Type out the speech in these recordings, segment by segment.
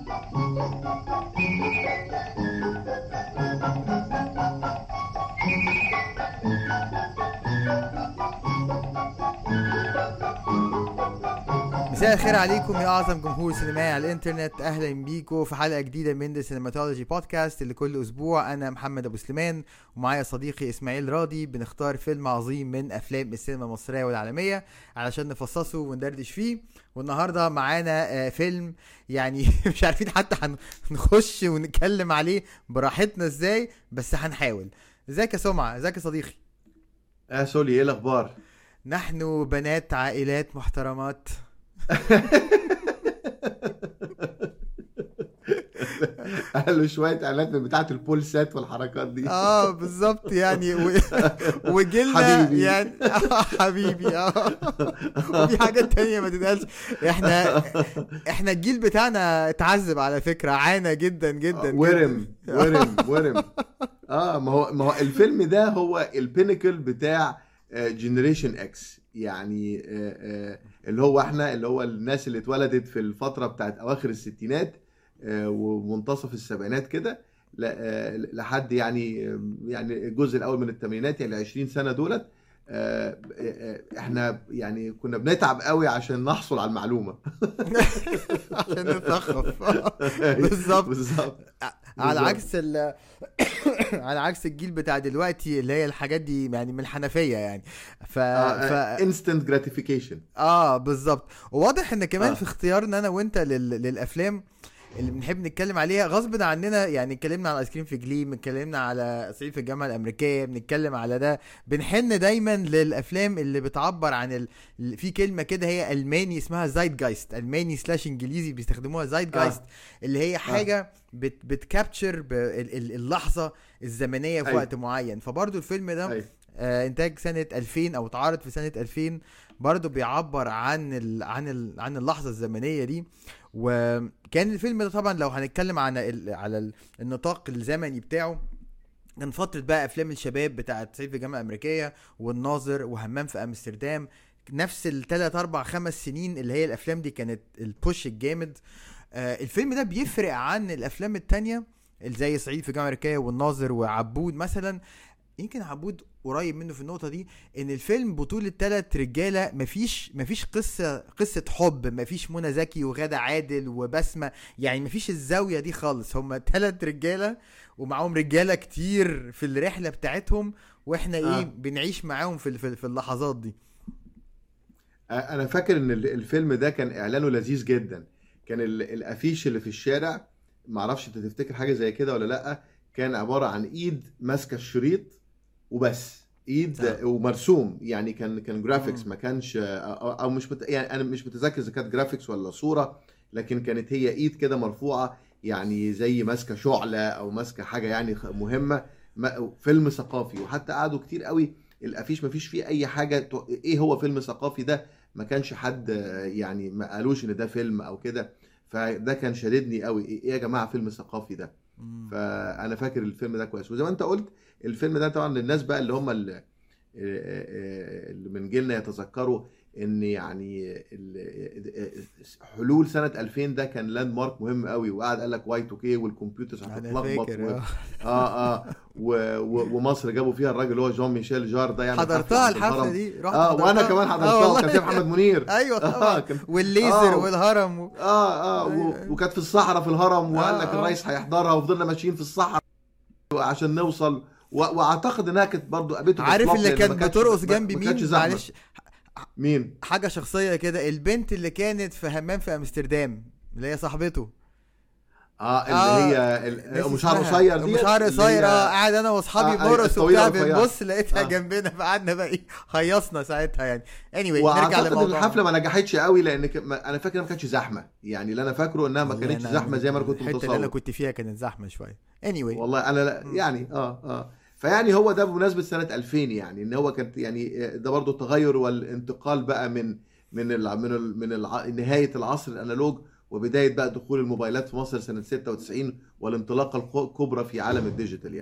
مساء الخير عليكم يا اعظم جمهور سينمائي على الانترنت. اهلا بيكم في حلقه جديده من ذا سينماتولوجي بودكاست اللي كل اسبوع انا محمد ابو سليمان ومعايا صديقي اسماعيل راضي بنختار فيلم عظيم من افلام السينما المصريه والعالميه علشان نفصصه وندردش فيه. والنهارده معانا فيلم يعني مش عارفين حتى هنخش ونتكلم عليه براحتنا ازاي، بس هنحاول. ازيك يا سمعة؟ ازيك يا صديقي؟ سولي، ايه الاخبار؟ نحن بنات عائلات محترمات. قالوا شويه اعلانات من بتاعه البولسات والحركات دي. بالظبط يعني وجيلنا حبيبي. يعني حبيبي. وفي حاجات تانية ما تتقالش. احنا الجيل بتاعنا اتعذب على فكرة، عانى جدا جدا ورم. ما هو الفيلم ده هو البينيكل بتاع جنريشن اكس، يعني اللي هو احنا اللي هو الناس اللي اتولدت في الفترة بتاعت اواخر الستينات ومنتصف السبعينات كده لحد يعني الجزء الاول من الثمانينات، يعني 20 سنة دولت. احنا يعني كنا بنتعب قوي عشان نحصل على المعلومة. عشان نتخف. بالظبط. على عكس الجيل بتاع دلوقتي اللي هي الحاجات دي يعني من الحنفية يعني instant gratification. بالظبط. وواضح ان كمان في اختيارنا انا وانت للافلام اللي بنحب نتكلم عليها غصب عننا، يعني اتكلمنا على ايس كريم في جليم، اتكلمنا على صعيدي في الجامعه الامريكيه، بنتكلم على ده، بنحن دايما للافلام اللي بتعبر عن في كلمه كده هي الماني اسمها زايتجايست، الماني / انجليزي بيستخدموها زايتجايست، اللي هي حاجه بتكابتشر اللحظه الزمنيه في وقت معين. فبرضو الفيلم ده انتاج سنه 2000 او اتعرض في سنه 2000، برضو بيعبر عن اللحظه الزمنيه دي. وكان الفيلم ده طبعا لو هنتكلم على النطاق الزمني بتاعه، كان فترة بقى افلام الشباب بتاعت صعيدي في الجامعة الامريكية والناظر وهمام في امستردام، نفس 3-4-5 سنين اللي هي الافلام دي كانت البوش الجامد. الفيلم ده بيفرق عن الافلام التانية اللي زي صعيدي في الجامعة الامريكية والناظر وعبود مثلا. يمكن عبود قريب منه في النقطة دي، ان الفيلم بطولة 3 رجالة، مفيش قصة حب، مفيش منى زكي وغادة عادل وبسمة، يعني مفيش الزاوية دي خالص. هم 3 رجالة ومعهم رجالة كتير في الرحلة بتاعتهم، واحنا بنعيش معاهم في اللحظات دي. انا فاكر ان الفيلم ده كان اعلانه لذيذ جدا. كان الافيش اللي في الشارع، معرفش انت تفتكر حاجة زي كده ولا لأ، كان عبارة عن ايد ماسكة الشريط وبس، ايد ومرسوم، يعني كان جرافيكس، ما كانش او مش يعني انا مش متذكر اذا كانت جرافيكس ولا صوره، لكن كانت هي ايد كده مرفوعه، يعني زي ماسكه شعله او ماسكه حاجه يعني مهمه. فيلم ثقافي. وحتى قعدوا كتير قوي الافيش ما فيش فيه اي حاجه ايه هو فيلم ثقافي ده، ما كانش حد يعني ما قالوش ان ده فيلم او كده. فده كان شددني قوي، ايه يا جماعه فيلم ثقافي ده. فانا فاكر الفيلم ده كويس. وزي ما انت قلت الفيلم ده طبعا للناس بقى اللي هم اللي من جيلنا يتذكروا ان يعني حلول سنة 2000 ده كان لاند مارك مهم قوي، وقعد قال لك واي 2 كي والكمبيوترز هتتلخبط ومصر جابوا فيها الراجل اللي هو جون ميشيل جار ده، يعني حضرتها الحفلة دي، رحت وانا كمان حضرتها، كان فيها محمد منير. ايوه طبعا. والليزر والهرم وكانت في الصحراء في الهرم، وقال لك الرئيس هيحضرها، وفضلنا ماشيين في الصحراء عشان نوصل. واعتقد انها كانت برضو قابلته. عارف اللي كانت بترقص جنبي مين؟ معلش، مين؟ حاجه شخصيه كده، البنت اللي كانت في همام في امستردام اللي هي صاحبته، اللي هي ام شعر قصير دي، ام شعر قصير. قاعد انا واصحابي بنرقص وبتاع، بنبص لقيتها جنبنا، فقعدنا بقى خيصنا ساعتها يعني. نرجع للموضوع. الحفله ما نجحتش قوي لان انا فاكر ما كانتش زحمه، يعني اللي انا فاكره انها ما كانتش زحمه زي ما انا كنت متصور. الحته اللي انا كنت فيها كانت زحمه شويه. والله انا يعني فيعني هو ده بمناسبه سنه 2000، يعني ان هو كانت يعني ده برضو التغير والانتقال بقى من نهايه العصر الانالوج وبدايه بقى دخول الموبايلات في مصر سنه 96 والانطلاقه الكبرى في عالم الديجيتال يعني.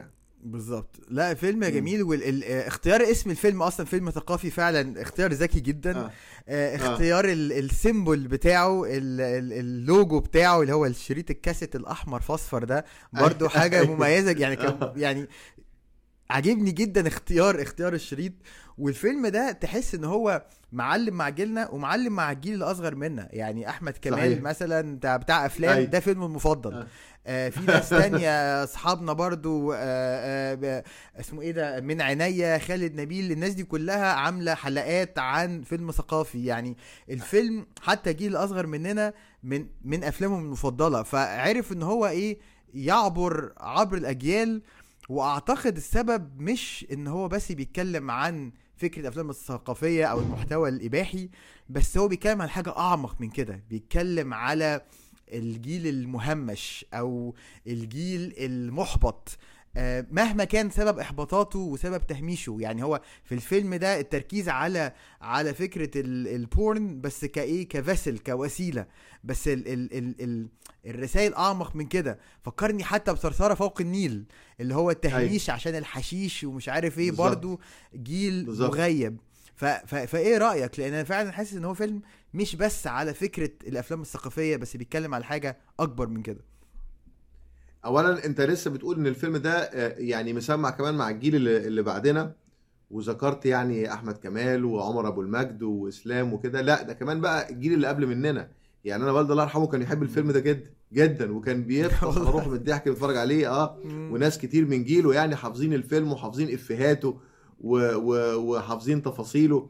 بالظبط. لا فيلم جميل، واختيار اسم الفيلم اصلا فيلم ثقافي فعلا، اختيار ذكي جدا. اه اختيار السيمبل بتاعه، اللوجو بتاعه اللي هو الشريط الكاسيت الاحمر فاصفر ده، برضو حاجه مميزه يعني. يعني عجبني جدا اختيار الشريط. والفيلم ده تحس ان هو معلم مع جيلنا ومعلم مع الجيل الاصغر منا، يعني احمد كمال صحيح. مثلا بتاع افلام، ده فيلم المفضل. في ناس تانية اصحابنا برضو، اسمه ايه ده، من عينيا، خالد نبيل، الناس دي كلها عاملة حلقات عن فيلم ثقافي يعني. الفيلم حتى جيل الاصغر مننا من افلامهم المفضلة، فعرف ان هو ايه، عبر الاجيال. واعتقد السبب مش ان هو بس بيتكلم عن فكرة الافلام الثقافية او المحتوى الاباحي، بس هو بيتكلم عن حاجة اعمق من كده، بيتكلم على الجيل المهمش او الجيل المحبط، مهما كان سبب احباطاته وسبب تهميشه. يعني هو في الفيلم ده التركيز على فكرة البورن بس كايه، كفاسل، كوسيلة، بس ال الرسائل اعمق من كده. فكرني حتى بثرثرة فوق النيل، اللي هو التهميش عشان الحشيش ومش عارف ايه، برضو جيل مغيب. فايه رأيك؟ لان انا فعلا حاسس ان هو فيلم مش بس على فكرة الافلام الثقافية، بس بيتكلم على حاجة اكبر من كده. اولا انت لسه بتقول ان الفيلم ده يعني مسمع كمان مع الجيل اللي بعدنا، وذكرت يعني احمد كمال وعمر ابو المجد واسلام وكده. لا ده كمان بقى الجيل اللي قبل مننا. يعني انا والدي الله يرحمه كان يحب الفيلم ده جدا جدا، وكان بيفطس على روحه من الضحك بيتفرج عليه. وناس كتير من جيله يعني حافظين الفيلم وحافظين افيهاته وحافظين تفاصيله.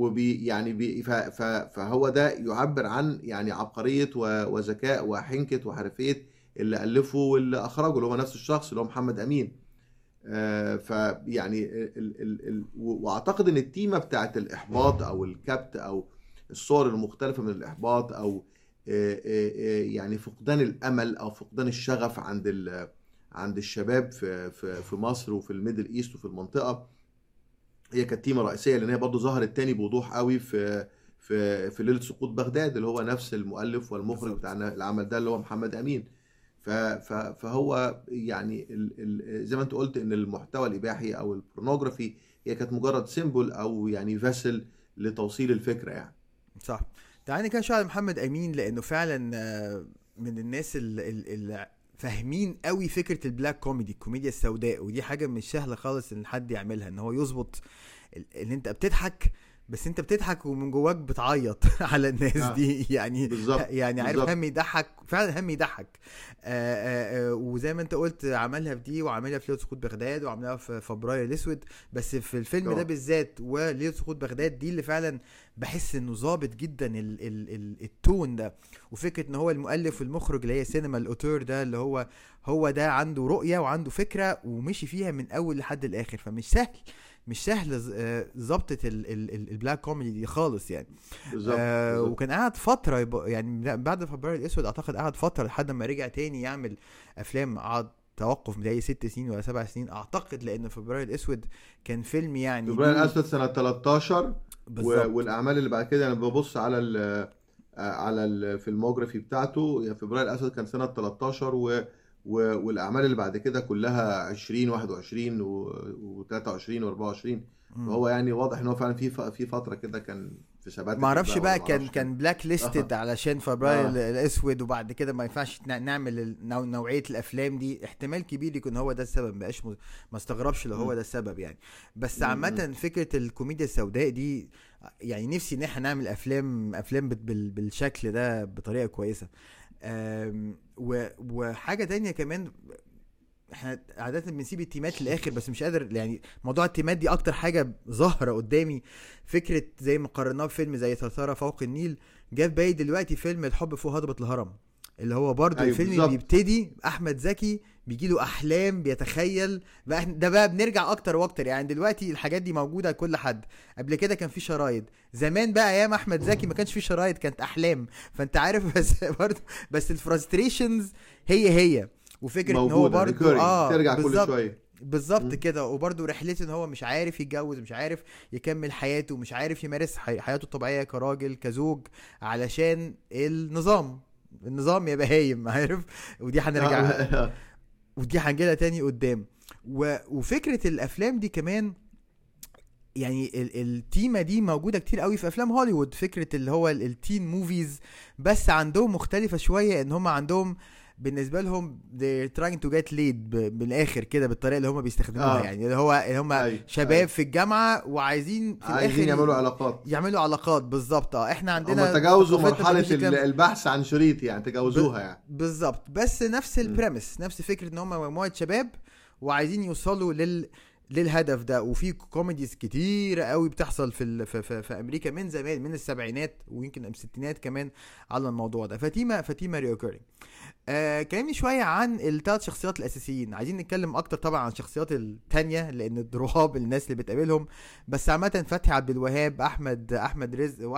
فهو ده يعبر عن يعني عبقرية وذكاء وحنكة وحرفية اللي ألفه واللي أخرجه، اللي هو نفس الشخص اللي هو محمد أمين. فيعني واعتقد ان التيمه بتاعت الاحباط او الكبت او الصور المختلفه من الاحباط او يعني فقدان الامل او فقدان الشغف عند الشباب في مصر وفي الميدل ايست وفي المنطقه، هي كانت تيمه رئيسيه. لان هي برضه ظهرت تاني بوضوح قوي في ليله سقوط بغداد، اللي هو نفس المؤلف والمخرج بتاع العمل ده اللي هو محمد امين. فهو يعني زي ما انت قلت ان المحتوى الاباحي او البورنوجرافي هي كانت مجرد سيمبل او يعني فاسل لتوصيل الفكره يعني. صح. تعالى كده شويه على محمد امين، لانه فعلا من الناس اللي فاهمين قوي فكره البلاك كوميدي، الكوميديا السوداء. ودي حاجه مش سهله خالص ان حد يعملها، ان هو يظبط ان انت بتضحك بس انت بتضحك ومن جواك بتعيط على الناس دي يعني. بالزبط. يعني عارف هم يضحك فعلا، هم يضحك. وزي ما انت قلت عملها في دي، وعملها في ليله سقوط بغداد، وعملها في فبراير الاسود. بس في الفيلم ده بالذات وليله سقوط بغداد دي اللي فعلا بحس انه ظابط جدا التون ده. وفكره ان هو المؤلف والمخرج اللي هي سينما الاوتور ده، اللي هو ده عنده رؤيه وعنده فكره ومشي فيها من اول لحد الاخر. فمش سهل ظبطة البلاك كوميدي دي خالص يعني. بالظبط. وكان قاعد فترة يعني بعد فبراير الاسود، اعتقد قاعد فترة لحد ما رجع تاني يعمل افلام. قعد توقف متهيألي 6 سنين ولا 7 سنين اعتقد، لان فبراير الاسود كان فيلم يعني. فبراير الاسود سنة 13 والاعمال اللي بعد كده انا ببص على الفيلموجرافي بتاعته. يعني فبراير الاسود كان سنة 13 والاعمال اللي بعد كده كلها 20 21 و23 و24. وهو يعني واضح ان هو فعلا في فتره كده كان في ثبات. ما اعرفش بقى كان بلاك ليستد علشان فبراير الاسود، وبعد كده ما ينفعش نعمل نوعيه الافلام دي. احتمال كبير يكون هو ده السبب، ما استغربش لو هو ده السبب يعني. بس عامه فكره الكوميديا السوداء دي يعني نفسي ان احنا نعمل افلام بالشكل ده بطريقه كويسه. وحاجه تانية كمان، احنا عادة بنسيب التيمات للاخر، بس مش قادر يعني. موضوع التيمات دي اكتر حاجة ظاهرة قدامي. فكرة زي ما قارناه بفيلم زي ثرثرة فوق النيل، جاب باقي دلوقتي فيلم الحب فوق هضبة الهرم، اللي هو برضو الفيلم اللي بيبتدي احمد زكي بيجيله احلام، بيتخيل بقى. ده بقى بنرجع اكتر واكتر يعني. دلوقتي الحاجات دي موجوده لكل حد. قبل كده كان في شرايط، زمان بقى ايام احمد زكي ما كانش في شرايط، كانت احلام. فانت عارف بس برضو بس الفرستريشنز هي وفكره ان هو برضو ترجع كل شويه بالظبط كده. وبرضو رحلته ان هو مش عارف يتجوز، مش عارف يكمل حياته، مش عارف يمارس حياته الطبيعيه كراجل كزوج، علشان النظام يبقى هايم، عارف. ودي هنرجع ودي هنجيلها تاني قدام. وفكره الافلام دي كمان يعني التيمة دي موجودة كتير قوي في افلام هوليوود، فكرة اللي هو التين موفيز، بس عندهم مختلفة شوية، ان هم عندهم بالنسبة لهم they're trying to get laid بالاخر كده بالطريقة اللي هم بيستخدموها. يعني اللي هو اللي هم شباب في الجامعة وعايزين في عايزين يعملوا علاقات بالظبط. احنا عندنا هم تجاوزوا مرحلة البحث عن شريط، يعني تجاوزوها يعني بالظبط. بس نفس البريمس، نفس فكرة ان هم مجموعة شباب وعايزين يوصلوا للهدف ده. وفي كوميديز كتير قوي بتحصل في امريكا من زمان، من السبعينات ويمكن الستينات كمان على الموضوع ده. فاتيما ريوكيرينج. كلمني شويه عن الثلاث شخصيات الاساسيين. عايزين نتكلم اكتر طبعا عن الشخصيات التانية لان الرهاب الناس اللي بتقابلهم، بس عامه فتحي عبد الوهاب، احمد رزق،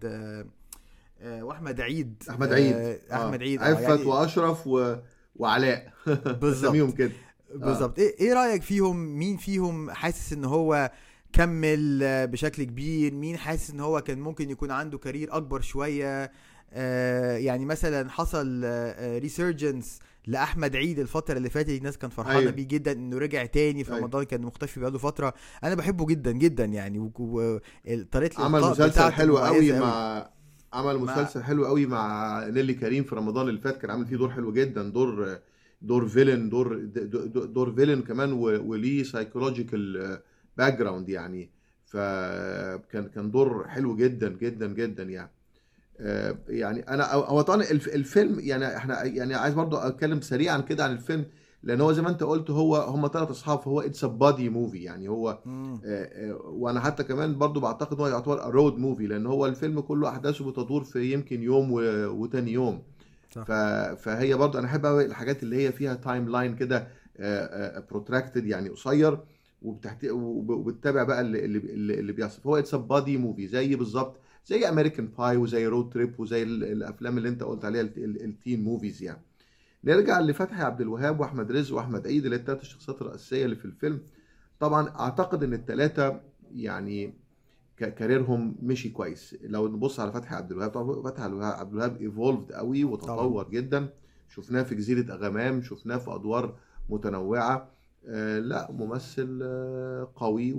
واحمد عيد. احمد عيد عفت يعني واشرف وعلاء بالظبط كده بالظبط. ايه رايك فيهم؟ مين فيهم حاسس ان هو كمل بشكل كبير؟ مين حاسس ان هو كان ممكن يكون عنده كارير اكبر شويه؟ يعني مثلا حصل ريسيرجنس لاحمد عيد الفتره اللي فاتت، الناس كان فرحانه بيه جدا انه رجع تاني في رمضان. كان مختفي بقاله فتره. انا بحبه جدا جدا يعني، وطريقه عمل مسلسل حلو قوي حلو قوي مع نيلي كريم في رمضان اللي فات. كان عامل فيه دور حلو جدا، دور فيلن، دور فيلن كمان، وليه سايكولوجيكال باك جراوند يعني. فكان دور حلو جدا جدا جدا يعني. يعني انا هو طبعا الفيلم يعني احنا يعني عايز برضو اتكلم سريعا كده عن الفيلم، لان هو زي ما انت قلت هم 3 اصحاب، فهو اتس ا بادي موفي يعني. هو وانا حتى كمان برضو بعتقد هو يعتبر رود موفي، لان هو الفيلم كله احداثه بتدور في يمكن يوم وتاني يوم. فهي برضو انا احب قوي الحاجات اللي هي فيها تايم لاين كده بروتراكتد يعني قصير، وبتتابع بقى اللي بيحصل. فهو اتس ا بادي موفي زي بالظبط زي امريكان باي وزي رود تريب وزي الافلام اللي انت قلت عليها التين موفيز يعني. نرجع لفتحي عبد الوهاب واحمد رزق واحمد عيد اللي الثلاث الشخصيات الرئيسيه اللي في الفيلم. طبعا اعتقد ان الثلاثه يعني كاريرهم مشي كويس. لو نبص على فتحي عبد الوهاب، طبعا فتحي عبد الوهاب ايفولفد قوي وتطور جدا. شفناه في جزيره اغامام، شفناه في ادوار متنوعه. لا ممثل قوي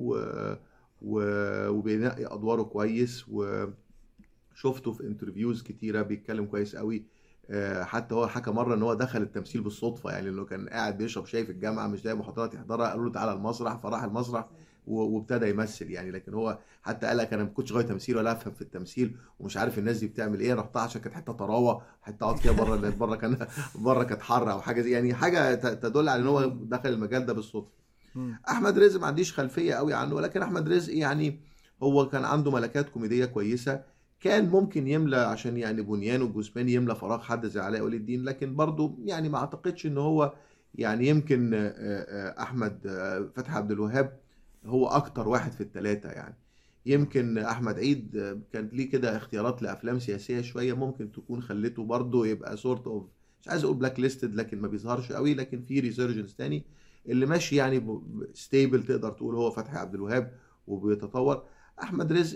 وبينقي ادواره كويس، وشفته في انترفيوز كتيره بيتكلم كويس قوي. حتى هو حكى مره ان هو دخل التمثيل بالصدفه، يعني انه كان قاعد بيشرب شاي في الجامعه مش لاقي محاضرات يحضرها، قالوا له تعالى المسرح، فراح المسرح وابتدى يمثل يعني. لكن هو حتى قال لك انا ما كنتش غاوي تمثيل ولا افهم في التمثيل ومش عارف الناس دي بتعمل ايه، رحتها عشان كانت حته طراوه، حته اقعد فيها بره كانت حاره او حاجه زي يعني، حاجه تدل على ان هو دخل المجال ده بالصدفه. احمد رزق ما عنديش خلفيه قوي عنه، ولكن احمد رزق يعني هو كان عنده ملكات كوميديه كويسه. كان ممكن يملى عشان يعني بنيان وجوزماني يملى فراغ حد زي علاء ولي الدين، لكن برضو يعني ما اعتقدش ان هو يعني يمكن احمد فتحي عبد الوهاب هو اكتر واحد في الثلاثه يعني. يمكن احمد عيد كان ليه كده اختيارات لافلام سياسيه شويه ممكن تكون خلته برضو يبقى سورت اوف، مش عايز اقول بلاك ليستد لكن ما بيظهرش قوي، لكن في ريسيرجنس تاني اللي ماشي يعني ستيبل تقدر تقول هو فتحي عبد الوهاب وبيتطور. احمد رزق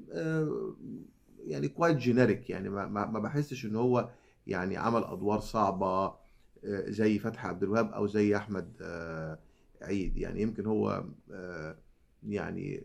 يعني كويت جينيريك يعني، ما بحسش ان هو يعني عمل ادوار صعبه زي فتحي عبد الوهاب او زي احمد عيد يعني. يمكن هو يعني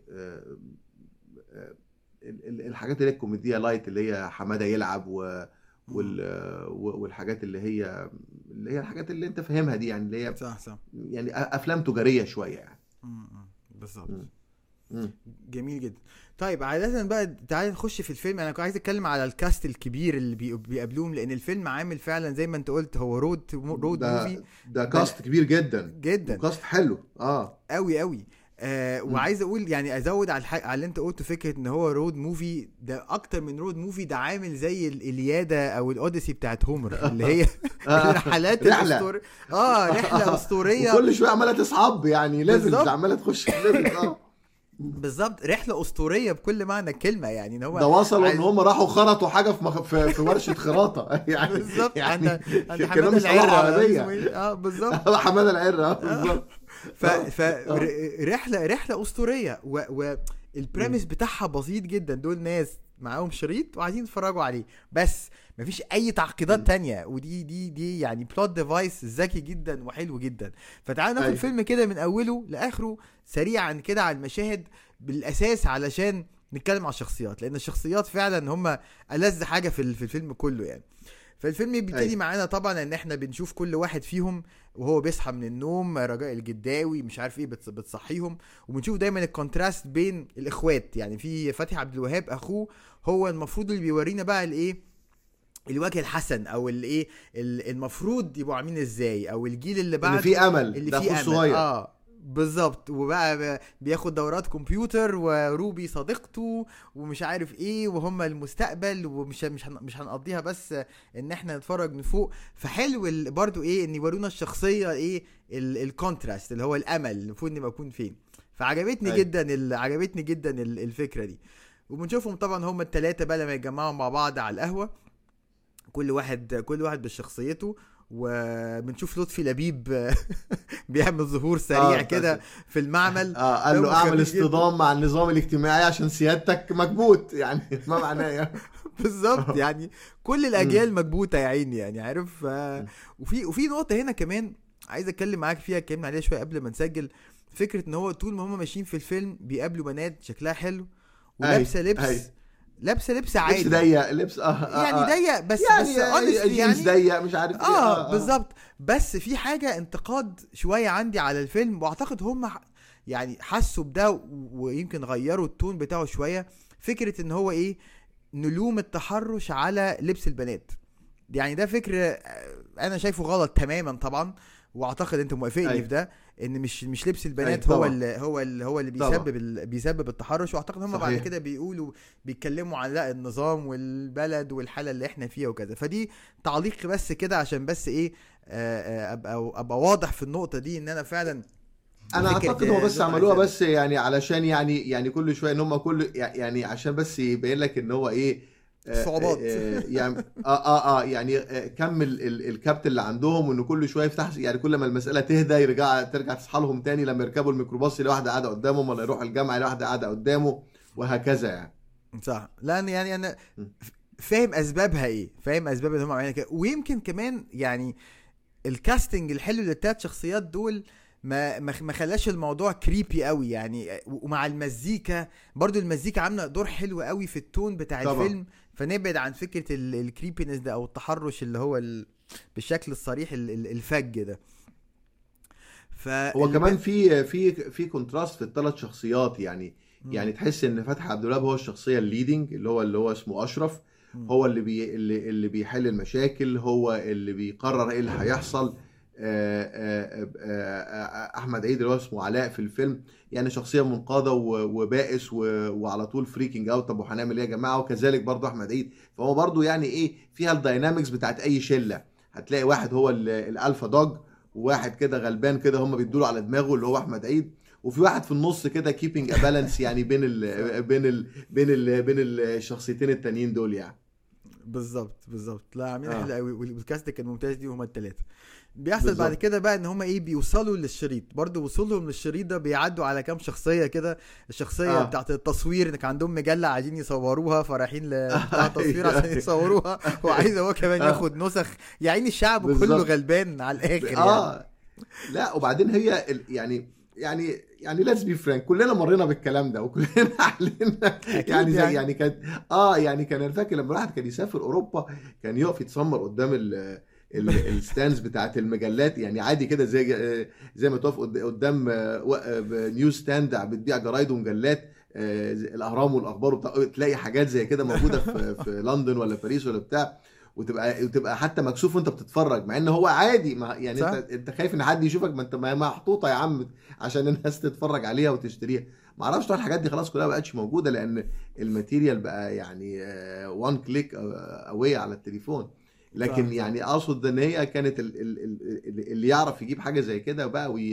الحاجات اللي هي الكوميديا لايت اللي هي حماده يلعب والحاجات اللي هي الحاجات اللي انت فاهمها دي يعني، اللي هي صح يعني افلام تجاريه شويه يعني. بالظبط. جميل جدا. طيب عادة بقى تعالى نخش في الفيلم. انا كنت عايز اتكلم على الكاست الكبير اللي بيقابلوهم، لان الفيلم عامل فعلا زي ما انت قلت هو رود موفي. ده كاست كبير جدا جدا، كاست حلو قوي. وعايز اقول يعني ازود على اللي انت قلته، فكره ان هو رود موفي ده اكتر من رود موفي، ده عامل زي الإليادة او الاوديسي بتاعت هومر اللي هي الرحلات الاسطوريه. رحله اسطوريه وكل شويه عماله تصعب يعني، ليفلز عماله تخش في ليفل. بالظبط، رحله اسطوريه بكل معنى الكلمه يعني. ان هو ده وصلوا ان هم راحوا خرطوا حاجه في ورشه خراطه يعني بالظبط. يعني عند حماده العره. بالظبط حماده العره بالظبط. رحله اسطوريه، والبريميس بتاعها بسيط جدا. دول ناس معاهم شريط وعايزين يتفرجوا عليه، بس مفيش اي تعقيدات تانية، ودي يعني بلوت ديفايس ذكي جدا وحلو جدا. فتعال ناخد ايوه فيلم كده من اوله لاخره سريعا كده على المشاهد بالاساس، علشان نتكلم على الشخصيات، لان الشخصيات فعلا هم ألذ حاجه في الفيلم كله يعني. فالفيلم بيبتدي ايوه معانا طبعا ان احنا بنشوف كل واحد فيهم وهو بيصحى من النوم، رجاء الجداوي مش عارف ايه بتصحيهم، وبنشوف دايما الكونتراست بين الاخوات. يعني في فتحي عبد الوهاب اخوه هو المفروض اللي بيورينا بقى الايه، الوجه الحسن، او الايه المفروض يبقوا عاملين ازاي، او الجيل اللي ان بعده في امل، اللي ده اخوه فيه امل. الصغير. بالظبط. وبقى بياخد دورات كمبيوتر، وروبي صديقته ومش عارف ايه، وهم المستقبل، ومش مش هنقضيها بس ان احنا نتفرج من فوق. فحلو برضو ايه ان يورونا الشخصيه ايه الكونتراست اللي هو الامل اللي المفروض نبقى نكون فين. فعجبتني ايوه جدا عجبتني جدا الفكره دي. وبنشوفهم طبعا هم الثلاثه بقى لما يتجمعوا مع بعض على القهوه، كل واحد بشخصيته. وبنشوف لطفي لبيب بيعمل ظهور سريع كده في المعمل. قال له دمه اعمل خفيف جدا. اصطدام مع النظام الاجتماعي عشان سيادتك مكبوت، يعني ما معناه يعني. بالظبط. يعني كل الاجيال مكبوته يا عيني، يعني عارف. وفي نقطه هنا كمان عايز اتكلم معاك فيها، اتكلمنا عليها شويه قبل ما نسجل. فكره ان هو طول ما هم ماشيين في الفيلم بيقابلوا بنات شكلها حلو ولابسه اي لبس لبس عادي، ضيق، لبس يعني ضيق بس يعني بس honestly جينز يعني. ضيق، مش عارف ايه. بالظبط. بس في حاجه انتقاد شويه عندي على الفيلم، واعتقد هم يعني حسوا بده ويمكن غيروا التون بتاعه شويه. فكره ان هو ايه، نلوم التحرش على لبس البنات. يعني ده فكر انا شايفه غلط تماما طبعا، واعتقد انت موافقني في ده، ان مش لبس البنات هو اللي بيسبب التحرش. واعتقد هم بعد كده بيتكلموا عن لا النظام والبلد والحاله اللي احنا فيها وكذا. فدي تعليق بس كده عشان بس ايه ابقى واضح في النقطه دي، ان انا فعلا انا اعتقد هو بس عملوها بس يعني علشان يعني كل شويه ان هم كل يعني عشان بس يبين لك ان هو ايه صعوبات. يعني يعني كم الكابت اللي عندهم، وان كل شويه يفتح، يعني كل ما المساله تهدى ترجع تصحى لهم تاني لما يركبوا الميكروباص يلاقي واحده قاعده قدامهم، ولا يروح الجامعه يلاقي واحده قاعده قدامه، وهكذا يعني. صح. لا يعني انا فاهم اسبابها ايه، فاهم اسباب ان هم عاملين كده. ويمكن كمان يعني الكاستنج الحلو للتلات شخصيات دول ما خلاش الموضوع كريبي قوي يعني. ومع المزيكا برضو، المزيكا عامله دور حلو قوي في التون بتاع طبعا الفيلم. فنبعد عن فكره الكريبينس ده او التحرش اللي هو بالشكل الصريح الفج ده. هو كمان في كونتراست في الثلاث شخصيات يعني. يعني تحس ان فتحي عبد الوهاب هو الشخصيه الليدنج، اللي هو اسمه اشرف، هو اللي بيحل المشاكل، هو اللي بيقرر ايه اللي هيحصل. احمد عيد اللي هو اسمه علاء في الفيلم، يعني شخصيه منقاده وبائس وعلى طول فريكنج اوت، طب وهنعمل ايه يا جماعه. وكذلك برضو احمد عيد، فهو برضو يعني ايه فيها الداينامكس بتاعت اي شله. هتلاقي واحد هو الالفا دوج، وواحد كده غلبان كده هم بيدوا على دماغه اللي هو احمد عيد، وفي واحد في النص كده كيبنج ا بالانس يعني بين الشخصيتين التانيين دول يعني. بالظبط. لا عاملين حلو قوي، والكاست كان ممتاز دي، وهم الثلاثه. بيحصل بعد كده بقى ان هم ايه بيوصلوا للشريط. برضو وصولهم للشريط ده بيعدوا على كام شخصيه كده. الشخصيه بتاعت التصوير ان كان عندهم مجله عايزين يصوروها، فرايحين بتاع التصوير عشان يصوروها، وعايز هو كمان ياخد نسخ. يعني الشعب كله غلبان على الاخر يعني. لا وبعدين هي يعني ليتس بي فرانك، كلنا مرينا بالكلام ده وكلنا علينا يعني زي يعني كانت يعني كان انا فاكر لما الواحد كان يسافر اوروبا كان يقف يتسمر قدام الستاندز بتاعت المجلات، يعني عادي كده زي ما تقف قدام نيوز ستاند بتبيع جرايد ومجلات، الاهرام والاخبار تلاقي حاجات زي كده موجوده في لندن ولا باريس ولا بتاع، وتبقى حتى مكسوف وانت بتتفرج، مع ان هو عادي. يعني انت خايف ان حد يشوفك، ما انت محطوطه يا عم عشان الناس تتفرج عليها وتشتريها. ما اعرفش طبعا الحاجات دي خلاص كلها بقتش موجوده، لان الماتيريال بقى يعني وان كليك اواي على التليفون. لكن يعني اقصد ان هي كانت اللي يعرف يجيب حاجه زي كده بقى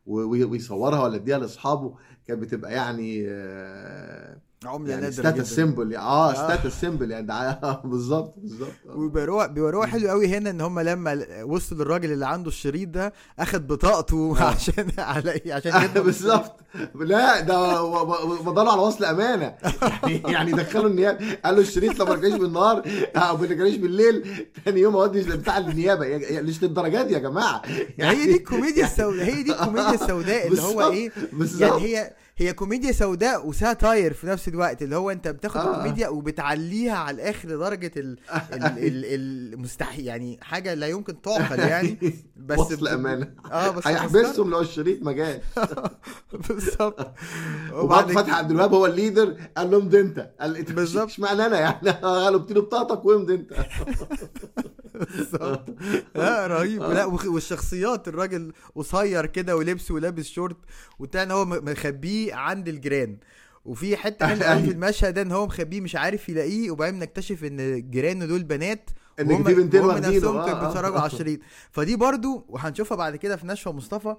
ويصورها ولا يديها لاصحابه، كانت بتبقى يعني عمله يعني نادره ستاتس جدا. سيمبل. ستاتس سيمبل يعني بالظبط بالظبط. وبيوروها حلو قوي هنا ان هم لما وصلوا للراجل اللي عنده الشريط ده اخد بطاقته عشان عشان يضمن بالظبط. لا ده مضاله على وصل امانه يعني دخلوا النيابه، قال له الشريط لو ما رجعش بالنهار او ما رجعش بالليل تاني يوم اودي بتاع النيابه. مش للدرجات يا جماعه يعني. هي دي الكوميديا السوداء، هي دي الكوميديا السوداء اللي هو ايه يعني، هي كوميديا سوداء وساتاير في نفس الوقت، اللي هو انت بتاخد الكوميديا وبتعليها على الاخر لدرجه المستحيل، يعني حاجه لا يمكن تعقل يعني. بس وصل امانه بس هيحبسهم لو الشريط ما جاش. بالظبط. وبعد فتحي عبد الوهاب هو الليدر، قال لهم ده انت، قال انت بالظبط، مش معنى انا يعني غلبت له بطاقتك وامضي انت. بالظبط. لا رهيب. لا والشخصيات، الراجل قصير كده ولبسه ولابس شورت وبتاع، هو مخبيه عند الجيران. وفي حته حلوه قوي في المشهد ده ان هو مخبيه مش عارف يلاقيه، وبعدين نكتشف ان جيرانه دول بنات، ان في بنتين واخدينه كانوا بيتفرجوا على الشريط. فدي برضو وهنشوفها بعد كده في نشوة مصطفى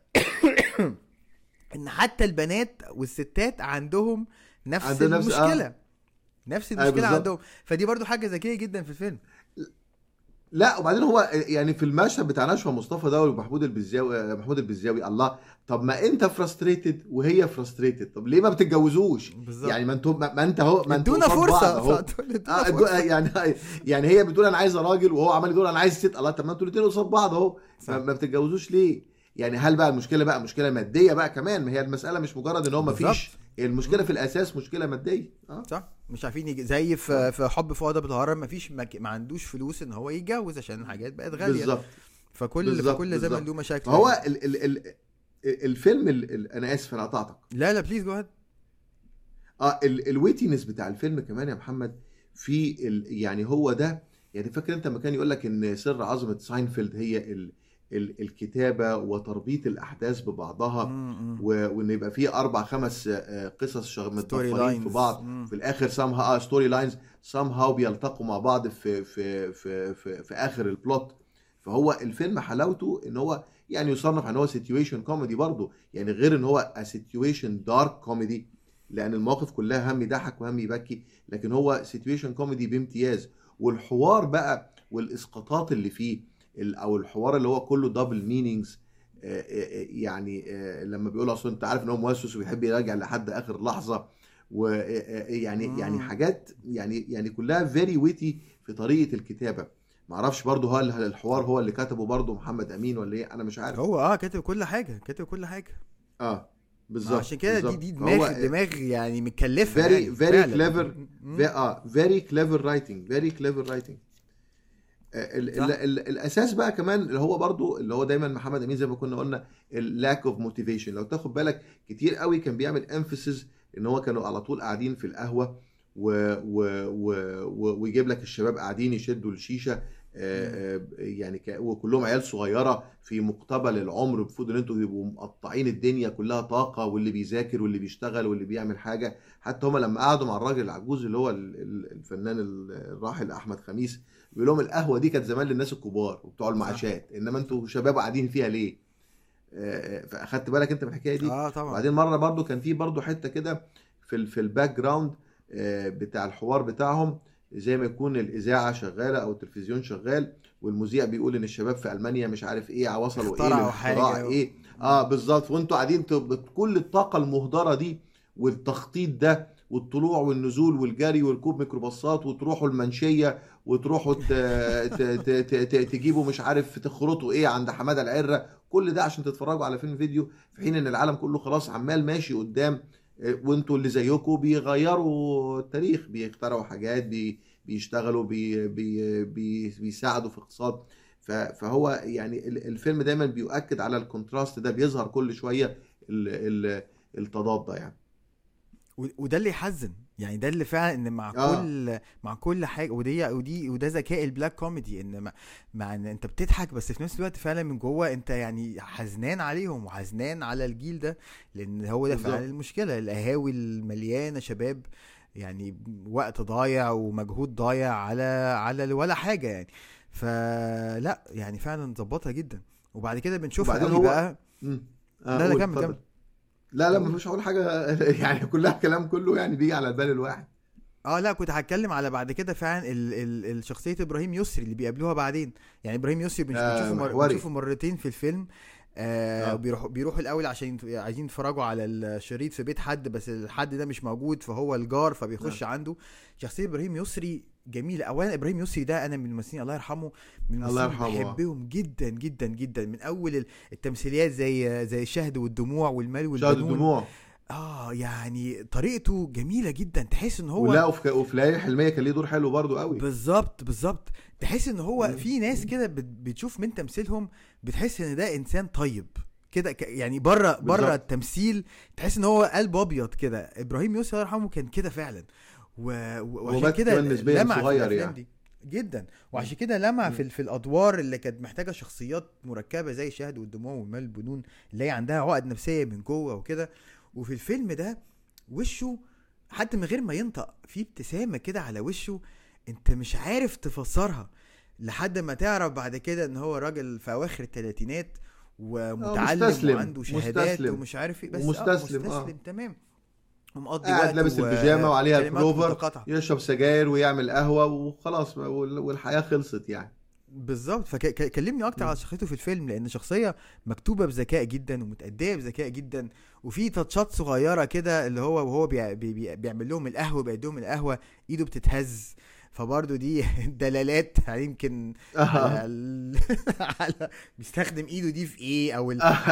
ان حتى البنات والستات عندهم نفس المشكله. نفس المشكله عندهم. فدي برضو حاجه ذكيه جدا في الفيلم. لا وبعدين هو يعني في المشهد بتاع نشوة مصطفى ده ومحمود البزاوي الله، طب ما انت فرستريتد وهي فرستريتد، طب ليه ما بتتجوزوش؟ بالزبط. يعني ما انت اهو، ما انتوا ادونا فرصه يعني هي بتقول انا عايزه راجل وهو عمال يقول انا عايز ست. الله، طب ما انتوا الاثنين قصاد بعض اهو، ما بتتجوزوش ليه؟ يعني هل بقى المشكله بقى مشكله ماديه بقى كمان؟ ما هي المساله مش مجرد ان هو ما فيش، المشكله في الاساس مشكله ماديه. صح، مش عارفين زي في حب فؤاد ابو الهرم، ما فيش ما عندوش فلوس ان هو يتجوز عشان الحاجات بقت غاليه. بالظبط. فكل زمن له مشاكل. هو الفيلم انا اسف انا قطعتك. لا بليز جو هيد. الويتينس بتاع الفيلم كمان يا محمد في يعني هو ده، يعني فاكر انت لما كان يقول لك ان سر عظمه ساينفيلد هي الكتابه وتربيط الاحداث ببعضها، وان يبقى فيه 4-5 قصص متطورين في بعض في الاخر somehow ستوري لاينز somehow بيلتقوا مع بعض في اخر البلوت. فهو الفيلم حلاوته ان هو يعني يصنف ان هو سيتويشن كوميدي برضه، يعني غير ان هو سيتويشن دارك كوميدي لان المواقف كلها هم يضحك وهم يبكي، لكن هو سيتويشن كوميدي بامتياز. والحوار بقى والاسقاطات اللي فيه او الحوار اللي هو كله دبل مينينجز، يعني لما بيقول اصلا انت عارف ان هو موسوس وبيحب يراجع لحد اخر لحظه، ويعني حاجات يعني كلها فيري ويتي في طريقه الكتابه. معرفش برضه هل الحوار هو اللي كتبه برضه محمد امين ولا ايه، انا مش عارف. هو كاتب كل حاجه بالظبط. عشان كده دي دماغ يعني متكلفه. very clever very clever writing. الاساس بقى كمان اللي هو برضو اللي هو دايما محمد امين زي ما كنا قلنا اللاك اوف موتيفيشن. لو تاخد بالك كتير قوي كان بيعمل امفاسيس ان هو كانوا على طول قاعدين في القهوه ويجيب لك الشباب قاعدين يشدوا الشيشه، يعني وكلهم عيال صغيره في مقتبل العمر، المفروض ان انتوا تبقوا مقطعين الدنيا كلها طاقه، واللي بيذاكر واللي بيشتغل واللي بيعمل حاجه. حتى هما لما قعدوا مع الراجل العجوز اللي هو الفنان الراحل احمد خميس، بيقول لهم القهوه دي كانت زمان للناس الكبار وبتوع المعاشات، انما انتوا شباب قاعدين فيها ليه؟ فاخدت بالك انت من الحكايه دي؟ طبعا. وبعدين مره برضو كان في برضو حته كده في الباك جراوند بتاع الحوار بتاعهم، زي ما يكون الاذاعه شغاله او التلفزيون شغال والمذيع بيقول ان الشباب في المانيا مش عارف ايه وصلوا ايه للاختراع ايه. بالظبط. وانتوا قاعدين كل الطاقه المهدره دي والتخطيط ده والطلوع والنزول والجري وركوب ميكروباصات وتروحوا المنشيه وتروحوا تجيبوا مش عارف تخرطوا ايه عند حماده العره، كل ده عشان تتفرجوا على فيلم فيديو، في حين ان العالم كله خلاص عمال ماشي قدام، وانتوا اللي زيكم بيغيروا التاريخ، بيخترعوا حاجات، بيشتغلوا، بيساعدوا في اقتصاد. فهو يعني الفيلم دايما بيؤكد على الكونتراست ده، بيظهر كل شويه التضاد ده يعني. وده اللي يحزن يعني، ده اللي فعلا ان مع كل حاجه، وده ذكاء البلاك كوميدي، ان مع ان انت بتضحك بس في نفس الوقت فعلا من جوه انت يعني حزنان عليهم وحزنان على الجيل ده، لان هو ده فعلا المشكله. القهاوي المليانه شباب يعني وقت ضايع ومجهود ضايع على ولا حاجه يعني. فلا يعني فعلا ظبطها جدا. وبعد كده بنشوف قوي بقى لا قول كمل اتفضل. لا مش هقول حاجه يعني كلها كلام كله يعني بيجي على البال الواحد. لا كنت هتكلم على بعد كده فعلا الشخصيه ابراهيم يسري اللي بيقابلوها بعدين. يعني ابراهيم يسري محوري. بنشوفه مرتين في الفيلم. بيروحوا الاول عشان عايزين يتفرجوا على الشريط في بيت حد، بس الحد ده مش موجود فهو الجار فبيخش عنده. شخصيه ابراهيم يسري جميله. اولا ابراهيم يسري ده انا من الممثلين الله يرحمه، من الممثلين بحبهم جدا جدا جدا، من اول التمثيليات زي الشهد والدموع والمال والبنون. شهد الدموع يعني طريقته جميله جدا، تحس ان هو ولا وفي ليالي الحلميه كان ليه دور حلو برضو قوي. بالظبط تحس ان هو في ناس كده بتشوف من تمثيلهم بتحس ان ده انسان طيب كده، يعني بره التمثيل تحس ان هو قلب ابيض كده. ابراهيم يسري الله يرحمه كان كده فعلا، وعشان كده لمع في الافلام يعني دي جدا، وعشان كده لمع في الادوار اللي كانت محتاجه شخصيات مركبه زي الشهد والدموع والمال البنون، اللي هي عندها عقد نفسيه من جوه وكده. وفي الفيلم ده وشه حتى من غير ما ينطق في ابتسامه كده على وشه، انت مش عارف تفسرها لحد ما تعرف بعد كده ان هو راجل في اواخر الثلاثينات ومتعلم وعنده شهادات ومش عارف ايه، بس مستسلم تمام، ومقضي وقت لابس البيجامه وعليها البلوفر يشرب سجاير ويعمل قهوه وخلاص والحياه خلصت يعني. بالظبط. فكلمني اكتر على شخصيته في الفيلم، لان شخصيه مكتوبه بذكاء جدا ومتأديه بذكاء جدا، وفي تاتشات صغيره كده اللي هو وهو بيعمل لهم القهوه، بيديهم القهوه ايده بتتهز، فبرضه دي دلالات يمكن على بيستخدم ايده دي في ايه او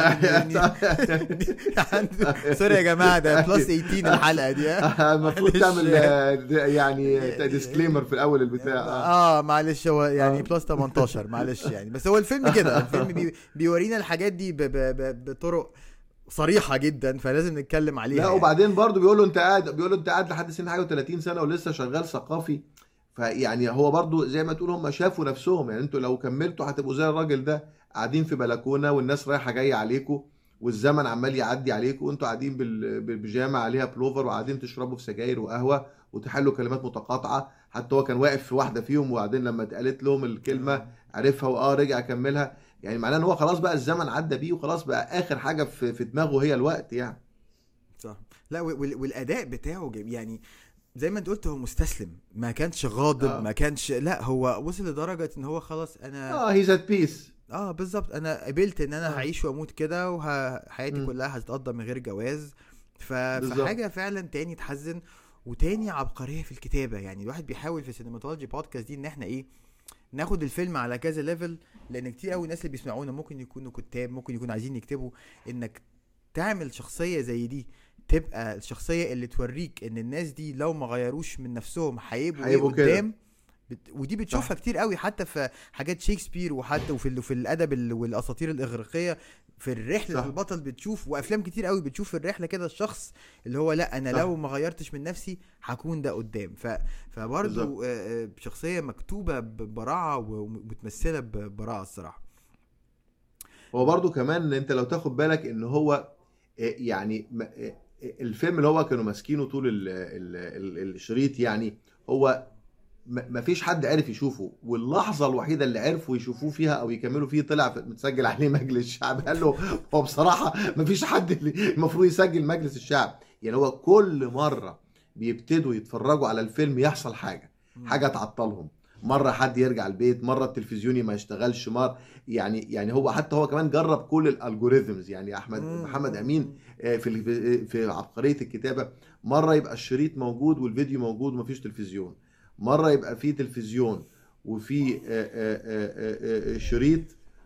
سوري يا جماعه ده بلس 18 الحلقه دي المفروض تعمل يعني ديسكليمر في الاول البتاع. معلش هو يعني بلس 18 معلش يعني، بس هو الفيلم كده الفيلم بيورينا الحاجات دي بطرق صريحه جدا، فلازم نتكلم عليها. لا وبعدين برضه بيقول له انت قاعد لحد سن حاجه و30 سنه ولسه شغال ثقافي، فيعني هو برضو زي ما تقول هم شافوا نفسهم، يعني انتوا لو كملتوا هتبقوا زي الراجل ده قاعدين في بلكونه والناس رايحه جايه عليكم والزمن عمال يعدي عليكم وانتوا قاعدين بالبيجامه عليها بلوفر وقاعدين تشربوا في سجاير وقهوه وتحلوا كلمات متقاطعه. حتى هو كان واقف في واحده فيهم وبعدين لما اتقالت لهم الكلمه عرفها رجع كملها، يعني معناه ان هو خلاص بقى الزمن عدى بيه وخلاص بقى اخر حاجه في دماغه هي الوقت يعني. صح. لا والاداء بتاعه يعني زي ما انت قلت هو مستسلم، ما كانش غاضب ما كانش، لا هو وصل لدرجة ان هو خلاص انا هيز ات بيس. بالظبط انا قبلت ان انا هعيش واموت كده وحياتي كلها هتتقضى من غير جواز. فحاجة فعلا تاني تحزن وتاني عبقرية في الكتابة. يعني الواحد بيحاول في سينماتولوجي بودكاست دي ان احنا ناخد الفيلم على كذا ليفل، لان كتير قوي الناس اللي بيسمعونا ممكن يكونوا كتاب، ممكن يكونوا عايزين يكتبوا. انك تعمل شخصية زي دي تبقى الشخصية اللي توريك ان الناس دي لو ما غيروش من نفسهم هيبقوا قدام. ودي بتشوفها كتير قوي حتى في حاجات شكسبير وحتى وفي الادب والاساطير الاغريقيه، في الرحله البطل بتشوف، وافلام كتير قوي بتشوف الرحله كده الشخص اللي هو لا انا لو ما غيرتش من نفسي هكون ده قدام. فبرضو شخصيه مكتوبه ببراعه ومتمثله ببراعه الصراحه. هو برضو كمان انت لو تاخد بالك ان هو يعني الفيلم اللي هو كانوا ماسكينه طول الشريط، يعني هو ما فيش حد عرف يشوفه، واللحظة الوحيدة اللي عرفوا يشوفوه فيها او يكملوا فيه طلع متسجل عليه مجلس الشعب. قال له هو بصراحة ما فيش حد اللي المفروض يسجل مجلس الشعب. يعني هو كل مرة بيبتدوا يتفرجوا على الفيلم يحصل حاجة تعطلهم، مرة حد يرجع البيت، مرة التلفزيوني ما يشتغلش، مرة يعني هو حتى هو كمان جرب كل الالجوريثمز. يعني محمد امين في عبقرية الكتابة، مرة يبقى الشريط موجود والفيديو موجود ومفيش تلفزيون، مرة يبقى فيه تلفزيون وفي شريط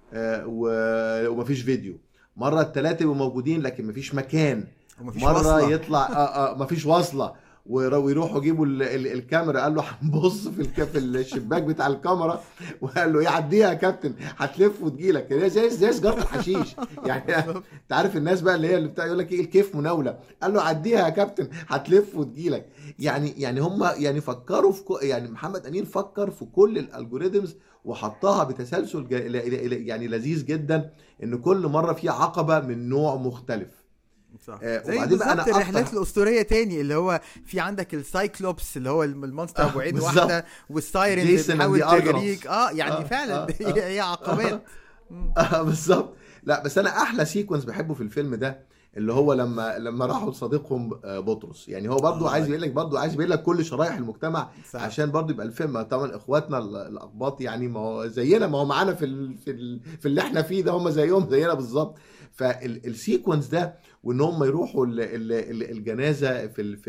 ومفيش فيديو، مرة الثلاثة يبقوا موجودين لكن مفيش مكان، مرة وصلة. يطلع مفيش وصلة ويروحوا يجيبوا الكاميرا. قال له هنبص في الشباك بتاع الكاميرا، وقال له يعديها يا كابتن هتلف وتجيلك. يعني زي سجارة الحشيش. يعني انت عارف الناس بقى اللي بتاع يقول لك ايه الكيف مناولة، قال له عديها يا كابتن هتلف وتجيلك. يعني هم يعني فكروا يعني محمد امين فكر في كل الالجوريثمز وحطها بتسلسل يعني لذيذ جدا، ان كل مرة في عقبة من نوع مختلف. صح. زي بالظبط الرحلات الاسطوريه تاني اللي هو في عندك السايكلوبس اللي هو المونستر ابو عين واحده، والسايرن اللي بتحاول تجريك يعني فعلا هي عقبات. بالظبط. لا بس انا احلى سيكونس بحبه في الفيلم ده اللي هو لما راحوا لصديقهم بطرس. يعني هو برضو عايز يقول لك، كل شرائح المجتمع، صح. عشان برضو يبقى الفيلم طبعا اخواتنا الاقباط يعني ما هو زينا، ما هو معانا في اللي احنا فيه ده، هم زينا بالظبط. فالسيكونس ده وان هم يروحوا الجنازه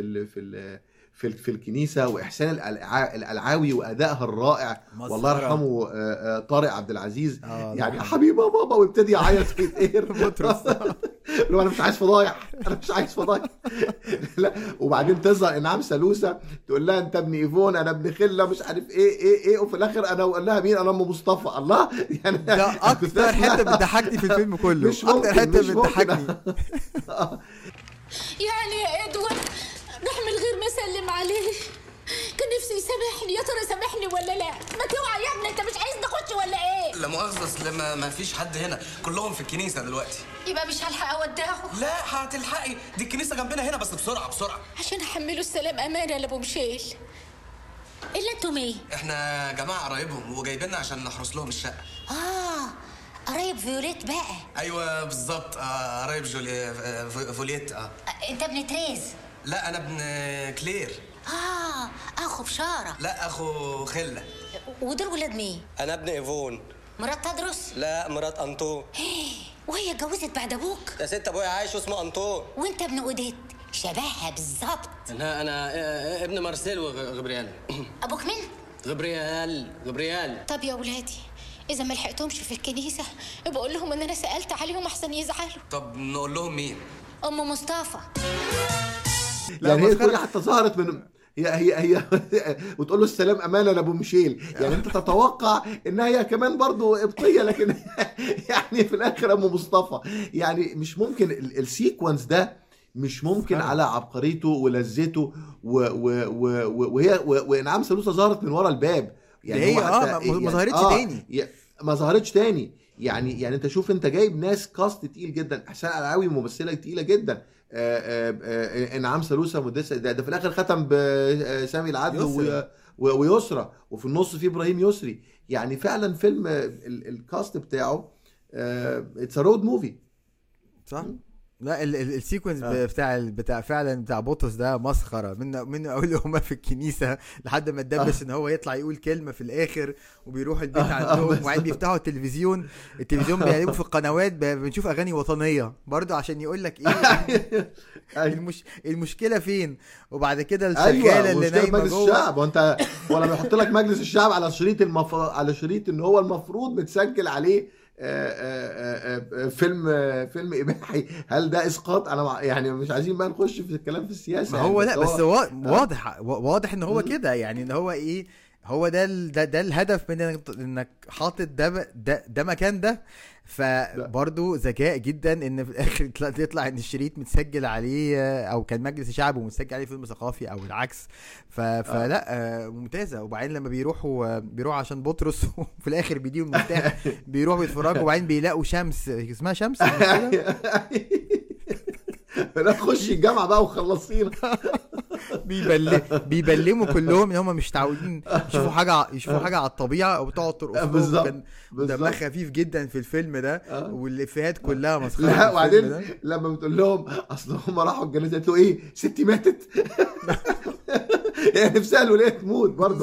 في الكنيسه، واحسان القلعاوي وادائها الرائع، والله يرحمه طارق عبد العزيز، يعني يا حبيبي يا بابا، ويبتدي يعيط ويتقهر بطرس. انا مش عايز فضايح، لا. وبعدين تظهر انعام سالوسة تقول لها انت ابن ايفون، انا ابن خله، مش عارف ايه، وفي الاخر انا اقول لها مين؟ انا ام مصطفى. الله يعني ده اكتر حته بتضحكني في الفيلم كله، اكتر حته بتضحكني. يعني يا ادوارد راح من غير ما اسلم عليه. كان نفسي يسامحني، يا ترى سامحني ولا لا؟ ما توعى يا ابني، انت مش عايز نخش ولا ايه؟ لا مؤاخذة، اصل ما فيش حد هنا، كلهم في الكنيسة دلوقتي. يبقى مش هلحق اودعه. لا هتلحقي، دي الكنيسة جنبنا هنا، بس بسرعة بسرعة عشان احمله السلام امانه لابو مشيل. الا انتم ايه؟ احنا جماعة قرايبهم وجايبيننا عشان نحرس لهم الشقة. قرايب فيوليت بقى. ايوه بالظبط، قرايب فوليت. انت ابن تريز؟ لا انا ابن كلير. اخو بشاره؟ لا اخو خله. ودول ولاد مين؟ انا ابن ايفون. مرات تدرس؟ لا مرات انطون. وهي اتجوزت بعد ابوك؟ يا ست ابويا عايش اسمه انطون. وانت ابن اوديت؟ شبهها بالظبط. انا ابن مارسيل وغبريال. ابوك مين؟ غبريال. طب يا ولادي، اذا ما لحقتهمش في الكنيسه ابقى اقول لهم ان انا سالت عليهم احسن يزعلوا. طب نقول لهم مين؟ ام مصطفى. يعني هي كل حتى ظهرت من هي وتقول له السلام امانه لابو ميشيل. يعني انت تتوقع انها هي كمان برضو قبطيه، لكن يعني في الاخر ام مصطفى. يعني مش ممكن السيكونس ده مش ممكن على عبقريته ولذته وهي وانعام سالوسة ظهرت من ورا الباب. يعني هي ما ظهرتش تاني، ما ظهرتش تاني. يعني انت شوف، انت جايب ناس كاست تقيل جدا، احسان القلعاوي ممثله تقيله جدا، انعام سالوسة مدرسه، ده في الاخر ختم بسامي العدل ويسرى، وفي النص في ابراهيم يسري. يعني فعلا فيلم الكاست بتاعه اتس رود موفي، صح. لا السيكونس بتاع فعلا بتاع بطرس ده مسخره، من اول هما في الكنيسه لحد ما اتدبس ان هو يطلع يقول كلمه في الاخر، وبيروح البيت عندهم وبعدين بيفتحوا التلفزيون بيقلبوا في القنوات، بنشوف اغاني وطنيه برضو عشان يقول لك ايه المشكله فين. وبعد كده الشغاله اللي نايمه مجلس الشعب، وانت ولا بيحط لك مجلس الشعب على شريط على شريط ان هو المفروض متسجل عليه فيلم اباحي. هل ده اسقاط؟ انا يعني مش عايزين بقى نخش في الكلام في السياسه. ما هو لا بس واضح ان هو كده، يعني ان هو ايه، هو ده الهدف من انك حاطط ده مكان ده. فبرضه ذكاء جدا ان في الاخر يطلع ان الشريط متسجل عليه، او كان مجلس شعب ومتسجل عليه فيلم ثقافي او العكس. فلا ممتازه. وبعدين لما بيروحوا عشان بطرس وفي الاخر بيديهم المفتاح بيروحوا يتفرجوا، وبعدين بيلاقوا شمس اسمها شمس نخش الجامعه بقى وخلصينا. بيبلموا كلهم ان هم مش متعودين يشوفوا حاجه على الطبيعه او تقعد ترقص. كان دمها خفيف جدا في الفيلم ده، والافيهات كلها مسخره. لا وبعدين لما بتقول لهم اصل هم راحوا الجنازه، قالت له ايه ستي ماتت؟ يعني نفسها الوليه تموت برضه.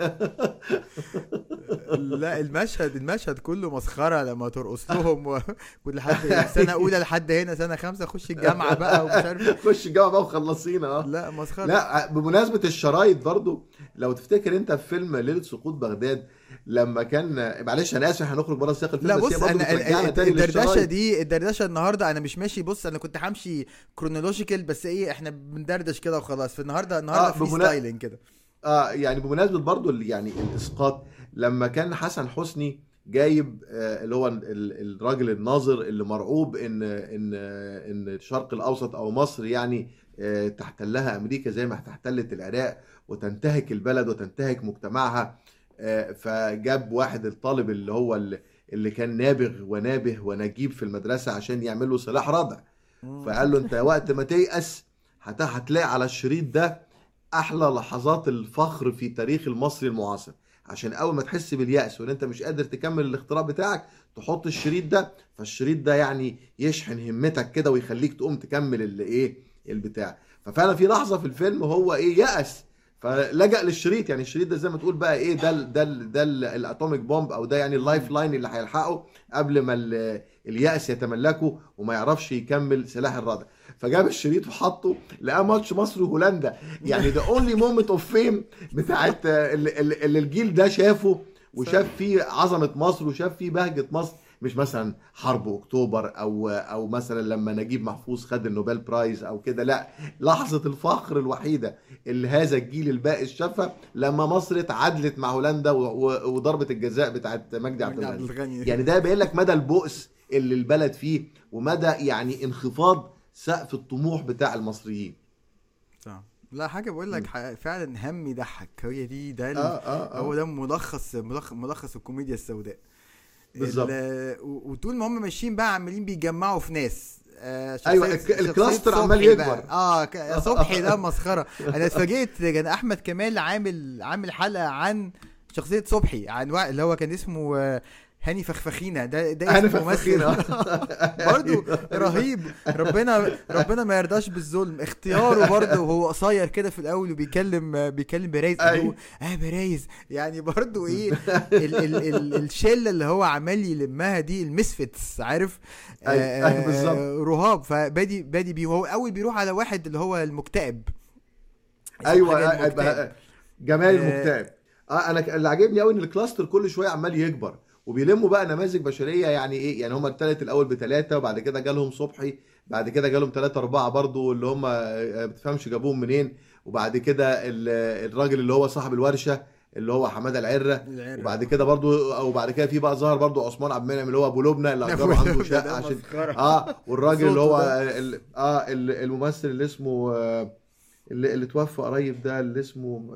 لا المشهد كله مسخره لما ترقص لهم، وكل حد سنه اولى لحد هنا سنه 5 خش الجامعه بقى ومش عارف خش الجامعه بقى وخلصينا. لا مسخره. لا بمناسبه الشرايط برضو، لو تفتكر انت في فيلم ليله سقوط بغداد لما كان، معلش انا اسف هنخرج بره سياق الفيلم، لا بص انا الدردشه النهارده انا مش ماشي. بص انا كنت همشي كرونولوجيكال، بس ايه احنا بندردش كده وخلاص. في النهارده في ستايلينج كده. يعني بمناسبه برضو يعني الاسقاط، لما كان حسن حسني جايب اللي هو الراجل الناظر اللي مرعوب ان الشرق الاوسط او مصر يعني تحتلها امريكا زي ما تحتلت العراق، وتنتهك البلد وتنتهك مجتمعها. فجاب واحد الطالب اللي هو اللي كان نابغ ونابه ونجيب في المدرسه عشان يعمل له سلاح ردع. فقال له انت وقت ما تيأس هتلاقي على الشريط ده احلى لحظات الفخر في تاريخ المصري المعاصر، عشان اول ما تحس باليأس وان انت مش قادر تكمل الاختراع بتاعك تحط الشريط ده، فالشريط ده يعني يشحن همتك كده ويخليك تقوم تكمل البتاع. ففعلا في لحظه في الفيلم هو يأس فلجأ للشريط، يعني الشريط ده زي ما تقول بقى ده الاتوميك بومب، او ده يعني اللايف لاين اللي هيلحقه قبل ما اليأس يتملكه وما يعرفش يكمل سلاح الردع. فجاب الشريط وحطه، لقى ماتش مصر وهولندا، يعني ده اونلي مومنت اوف فيم بتاعت اللي الجيل ده شافه وشاف فيه عظمه مصر وشاف فيه بهجه مصر، مش مثلا حرب اكتوبر او مثلا لما نجيب محفوظ خد النوبل برايز او كده، لا، لحظه الفخر الوحيده اللي هذا الجيل البائس شافها لما مصر اتعادلت مع هولندا وضربه الجزاء بتاعت مجدي عبد الغني. يعني ده باين لك مدى البؤس اللي البلد فيه ومدى يعني انخفاض سقف الطموح بتاع المصريين. صح. لا حاجه بقول لك فعلا هم يضحك، هي دي ده هو ده ملخص الكوميديا السوداء بالظبط. وطول ما هم ماشيين بقى عمالين بيجمعوا في ناس ايوه الكلاستر عمال يكبر. صبحي ده مسخره. انا اتفاجئت كان احمد كمال عامل حلقه عن شخصيه صبحي، عن اللي هو كان اسمه هاني فخفخينة. ده اسمه ممثل برضو رهيب. ربنا ما يرضاش بالظلم. اختياره برضو وهو قصير كده في الاول وبيكلم برايز برايز، يعني برضو الشله اللي هو عمال يلمها دي المسفتس، عارف بالظبط رهاب. فبادي بيه وهو اول بيروح على واحد اللي هو المكتئب. جمال المكتئب. انا اللي عجبني قوي ان الكلاستر كل شويه عمال يكبر وبيلموا بقى نماذج بشريه. يعني ايه؟ يعني هم الثالث الاول ب3 وبعد كده جالهم صبحي، بعد كده جالهم 3 4 برضو اللي هم ما بتفهمش جابوهم منين، وبعد كده الراجل اللي هو صاحب الورشه اللي هو حماده العره، وبعد كده برضو وبعد كده في بقى ظهر برضو عثمان عبد المنعم اللي هو ابو لبنى اللي اجره عنده شقه عشان والراجل اللي هو الممثل اللي اسمه اللي توفى قريب ده اللي اسمه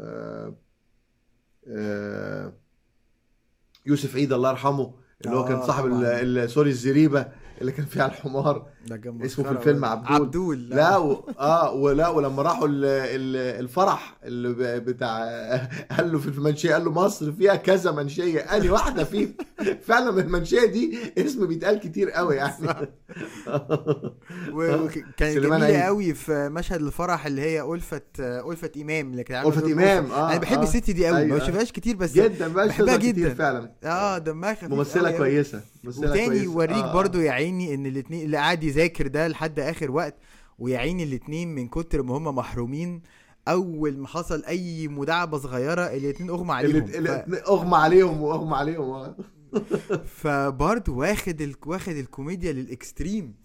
يوسف عيد الله يرحمه، اللي هو كان صاحب سوري الزريبه اللي كان فيها الحمار، اسمه في الفيلم عبدول. لا ولما راحوا الفرح اللي بتاع قال له في المنشيه، قال له مصر فيها كذا منشيه، اني واحده فيه فعلا من المنشيه دي اسم بيتقال كتير قوي يعني. وكان جميله قوي في مشهد الفرح اللي هي ألفة إمام اللي كانت عامله ألفة إمام. انا بحب الست دي قوي. ما بشوفهاش كتير بس جدا بحبها جدا فعلا. دمها خفيف، ممثله كويسه. وتاني يوريك برضو يا عيني ان الاثنين اللي قاعد يذاكر ده لحد اخر وقت، ويا عيني الاثنين من كتر ما هم محرومين اول ما حصل اي مداعبه صغيره الاثنين اغمى عليهم. فبرضو واخد الكوميديا للاكستريم،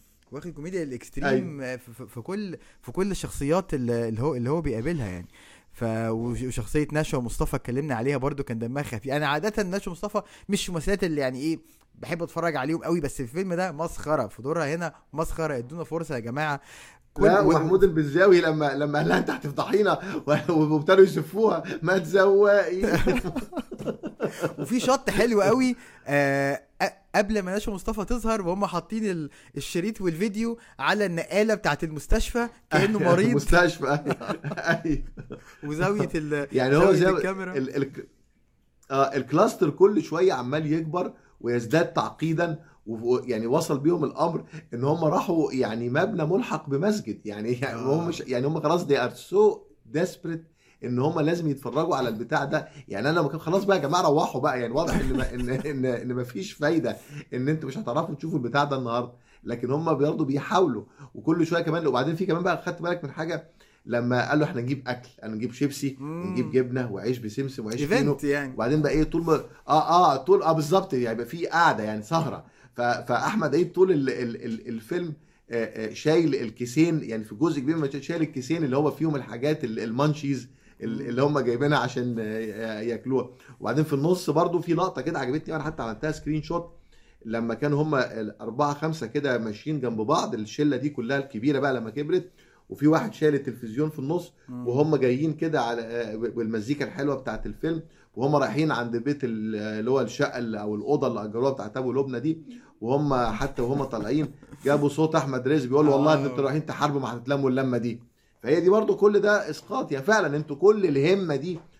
في كل الشخصيات اللي هو بيقابلها يعني. وشخصيه نشوى مصطفى اتكلمنا عليها برضو كان دمها خفيف. انا عاده نشوى مصطفى مش ممثلات اللي يعني ايه بحب اتفرج عليهم قوي، بس الفيلم ده مسخره في دورها هنا، مسخره. ادونا فرصه يا جماعه. لا ومحمود البزاوي لما قال لها انت هتفضحينا وابتدوا يشوفوها ما تزوقي. وفي شط حلو قوي قبل ما نشوى مصطفى تظهر وهم حاطين الشريط والفيديو على النقاله بتاعه المستشفى كانه مريض مستشفى. وزاويه يعني هو زي الكاميرا. الكلاستر كل شويه عمال يكبر ويزداد تعقيدا، ويعني وصل بيهم الامر ان هم راحوا يعني مبنى ملحق بمسجد. يعني هم خلاص they are so desperate ان هم لازم يتفرجوا على البتاع ده. يعني انا لما كان خلاص بقى يا جماعه روحوا بقى، يعني واضح ان مفيش فايده ان انتوا مش هتعرفوا تشوفوا البتاع ده النهارده، لكن هم برضه بيحاولوا وكل شويه كمان. وبعدين في كمان بقى خدت بالك من حاجه لما قال له احنا نجيب اكل، نجيب شيبسي ونجيب جبنه وعيش بسمسم وعيش فينو يعني. وبعدين بقى ايه طول ما طول بالظبط يعني يبقى في قاعده يعني سهره. فاحمد عيد طول الفيلم شايل الكيسين، يعني في جزء كبير من شايل الكيسين اللي هو فيهم الحاجات المانشيز اللي هم جايبينها عشان ياكلوها. وبعدين في النص برضو في لقطه كده عجبتني، انا حتى عملتها سكرين شوت، لما كانوا هم 4 5 كده ماشيين جنب بعض، الشله دي كلها الكبيره بقى لما كبرت، وفي واحد شايل التلفزيون في النص وهم جايين كده على بالمزيكا الحلوه بتاعت الفيلم، وهم رايحين عند بيت اللي هو الشقه او الاوضه اللي اجروها بتاعت ابو لبنى دي، وهم حتى وهم طالعين جابوا صوت احمد رزق بيقول والله ان انتوا رايحين تحاربوا ما هتتلموا اللمه دي. فهي دي برضو كل ده اسقاط. يعني فعلا انتوا كل الهمه دي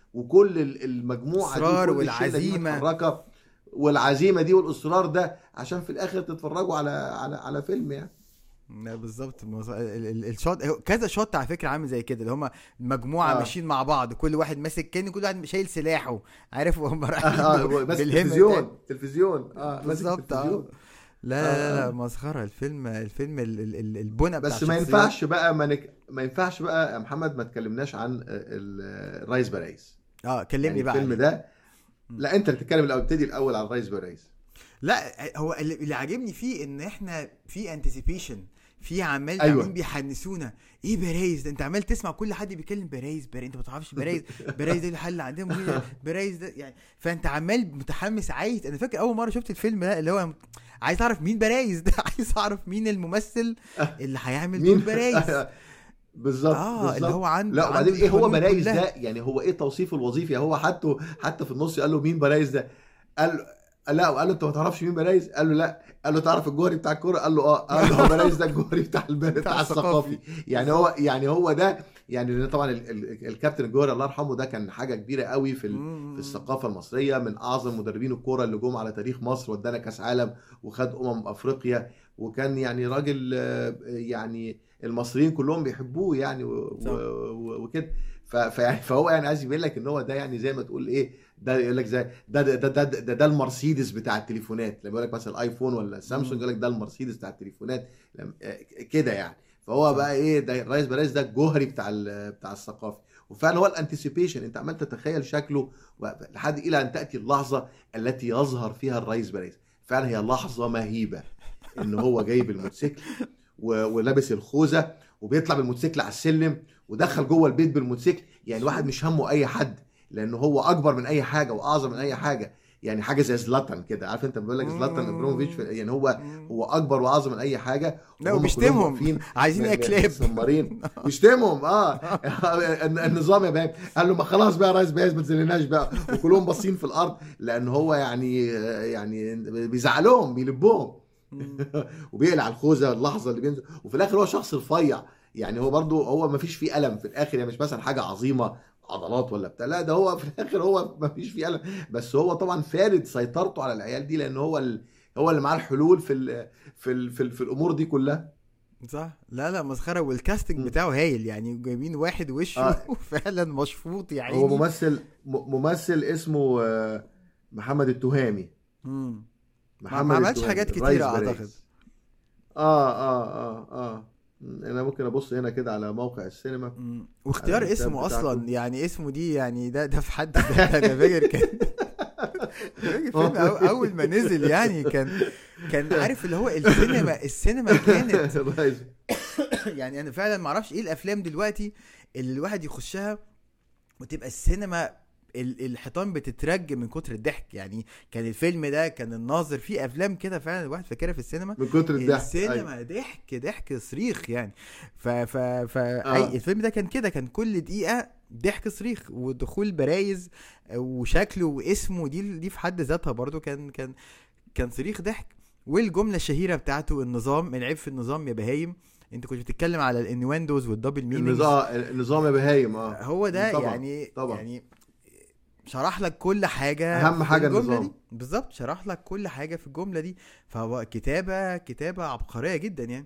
وكل المجموعه دي اصرار وكل الشلة دي والعزيمه. متحركه، والعزيمه دي والاصرار ده عشان في الاخر تتفرجوا على فيلم يعني. لا بالظبط، الشوت كذا شوت على فكره عامل زي كده، اللي هم مجموعه ماشيين مع بعض، كل واحد ماسك، كان كل واحد شايل سلاحه، عارف، وهم رايحين بس بالهمه تلفزيون بالظبط. لا مسخره الفيلم البنى بتاع بس ما ينفعش بقى ما ينفعش بقى يا محمد ما تكلمناش عن الرايس باريس. كلمني يعني بقى الفيلم ده. لا انت اللي تتكلم الاول، ابتدي الاول عن الرايس باريس. لا هو اللي عاجبني فيه ان احنا في انتسيبيشن، في عمال أيوة. بيحنسونا ايه برايز ده، انت عمال تسمع كل حد بيتكلم برايز انت ما تعرفش برايز ده الحل عندهم برايز ده يعني، فانت عمال متحمس عايز. انا فاكر اول مره شفت الفيلم ده اللي هو عايز اعرف مين برايز ده، عايز اعرف مين الممثل اللي هيعمل دور برايز بالظبط. اللي هو عنده. لا وبعدين ايه هو برايز ده يعني، هو ايه توصيفه الوظيفي؟ هو حتى في النص قال له مين برايز ده، قال له انت ما تعرفش مين برايز؟ قال له لا. قال له تعرف الجوهري بتاع الكوره؟ قال له قال له هو برايز ده الجوهري بتاع الثقافي. يعني هو ده يعني. طبعا الكابتن الجوهري الله يرحمه ده كان حاجه كبيره قوي في الثقافه المصريه، من اعظم مدربين الكوره اللي جم على تاريخ مصر، ودانا كاس عالم وخد افريقيا، وكان يعني راجل يعني المصريين كلهم بيحبوه يعني وكده. فهو يعني عايز يبين لك ان هو ده يعني زي ما تقول ايه، ده يقول لك زي ده المرسيدس بتاع التليفونات، لما يقول لك مثلا الايفون ولا سامسونج يقول لك ده المرسيدس بتاع التليفونات كده يعني. فهو بقى ايه ده الرايس باريس ده الجوهري بتاع الثقافي. وفعلا هو الانتسيبيشن، انت عمال تتخيل شكله لحد الى ان تاتي اللحظه التي يظهر فيها الرايس باريس. فعلا هي لحظه مهيبه ان هو جايب الموتوسيكل ولابس الخوذه وبيطلع بالموتوسيكل على السلم ودخل جوه البيت بالموتوسيكل. يعني الواحد مش همه اي حد، لانه هو اكبر من اي حاجه واعظم من اي حاجه. يعني حاجه زي زلاتان كده، عارف انت بيقول لك زلاتان ابراهيموفيتش، يعني هو اكبر واعظم من اي حاجه. لا وبيشتمهم عايزين اكلاب سمارين بيشتمهم. النظام يا باب قال له ما خلاص بقى رايس باريس ما تزلناش بقى، وكلهم باصين في الارض لان هو يعني بيزعلهم بيلبهم وبيقلع الخوذه اللحظه اللي بينزل. وفي الاخر هو شخص رفيع يعني، هو برضو هو ما فيش فيه الم في الاخر يعني، مش مثلا حاجه عظيمه عضلات ولا بتاع، لا ده هو في الاخر هو ما فيش فيه الم، بس هو طبعا فارد سيطرته على العيال دي لان هو اللي معاه الحلول في الامور دي كلها. صح. لا مسخره. والكاستنج بتاعه هايل يعني، جايبين واحد وشه فعلا مشفوط يعني. هو ممثل اسمه محمد التهامي. ما عملش حاجات كتيره اعتقد. انا ممكن ابص هنا كده على موقع السينما واختيار اسمه اصلا يعني، اسمه دي يعني ده في حد ده انا فاكر كان فيلم اول ما نزل يعني كان عارف اللي هو السينما كانت يعني. انا فعلا ما اعرفش ايه الافلام دلوقتي اللي الواحد يخشها وتبقى السينما الحيطان بتترج من كتر الضحك يعني. كان الفيلم ده كان الناظر، في افلام كده فعلا الواحد فاكرها في السينما من كتر الضحك، السينما ضحك صريخ يعني. اي الفيلم ده كان كده، كان كل دقيقه ضحك صريخ، ودخول برايز وشكله واسمه دي في حد ذاتها برضو كان صريخ ضحك. والجمله الشهيره بتاعته النظام، العيب في النظام يا بهايم. انت كنت بتتكلم على الانويندوز والدبل مينينجز. النظام يا بهايم. هو ده طبعًا. يعني شرح لك كل حاجه، اهم حاجه النظام دي بالظبط، شرح لك كل حاجه في الجمله دي. فهو كتابه عبقريه جدا يعني.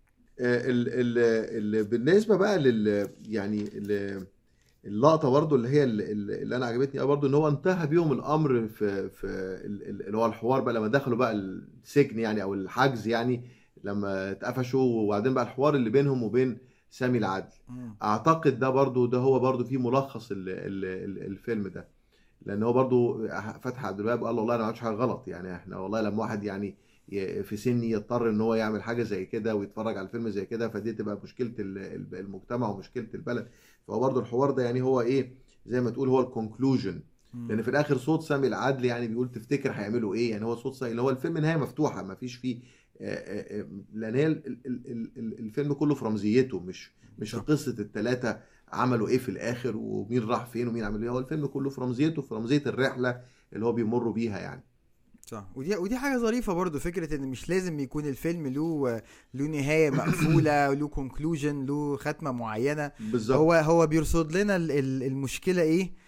بالنسبه بقى يعني اللقطه برضو اللي هي اللي انا عجبتني برضو ان هو انتهى بيهم الامر في اللي هو الحوار بقى لما دخلوا بقى السجن يعني او الحجز يعني، لما اتقفشوا وبعدين بقى الحوار اللي بينهم وبين سامي العدل. اعتقد ده هو برضو في ملخص الفيلم ده، لان هو برضو فتحي عبد الوهاب قال والله انا ما عملتش حاجه غلط يعني. احنا والله لما واحد يعني في سني يضطر ان هو يعمل حاجه زي كده ويتفرج على الفيلم زي كده، فدي تبقى مشكله المجتمع ومشكله البلد. فهو برضو الحوار ده يعني هو ايه زي ما تقول هو الكونكلوجن، لان في الاخر صوت سامي العدل يعني بيقول تفتكر هيعملوا ايه يعني. هو صوت اللي هو الفيلم نهايه مفتوحه ما فيش فيه لان هي الفيلم كله في رمزيته، مش في قصه الثلاثه عملوا ايه في الاخر ومين راح فين ومين عمل ايه. هو الفيلم كله في رمزيته، في رمزيه الرحله اللي هو بيمروا بيها يعني. صح. ودي حاجه ظريفه برضو، فكره ان مش لازم يكون الفيلم له نهايه مقفوله له كونكلوجن له ختمه معينه. بالظبط. هو بيرصد لنا المشكله ايه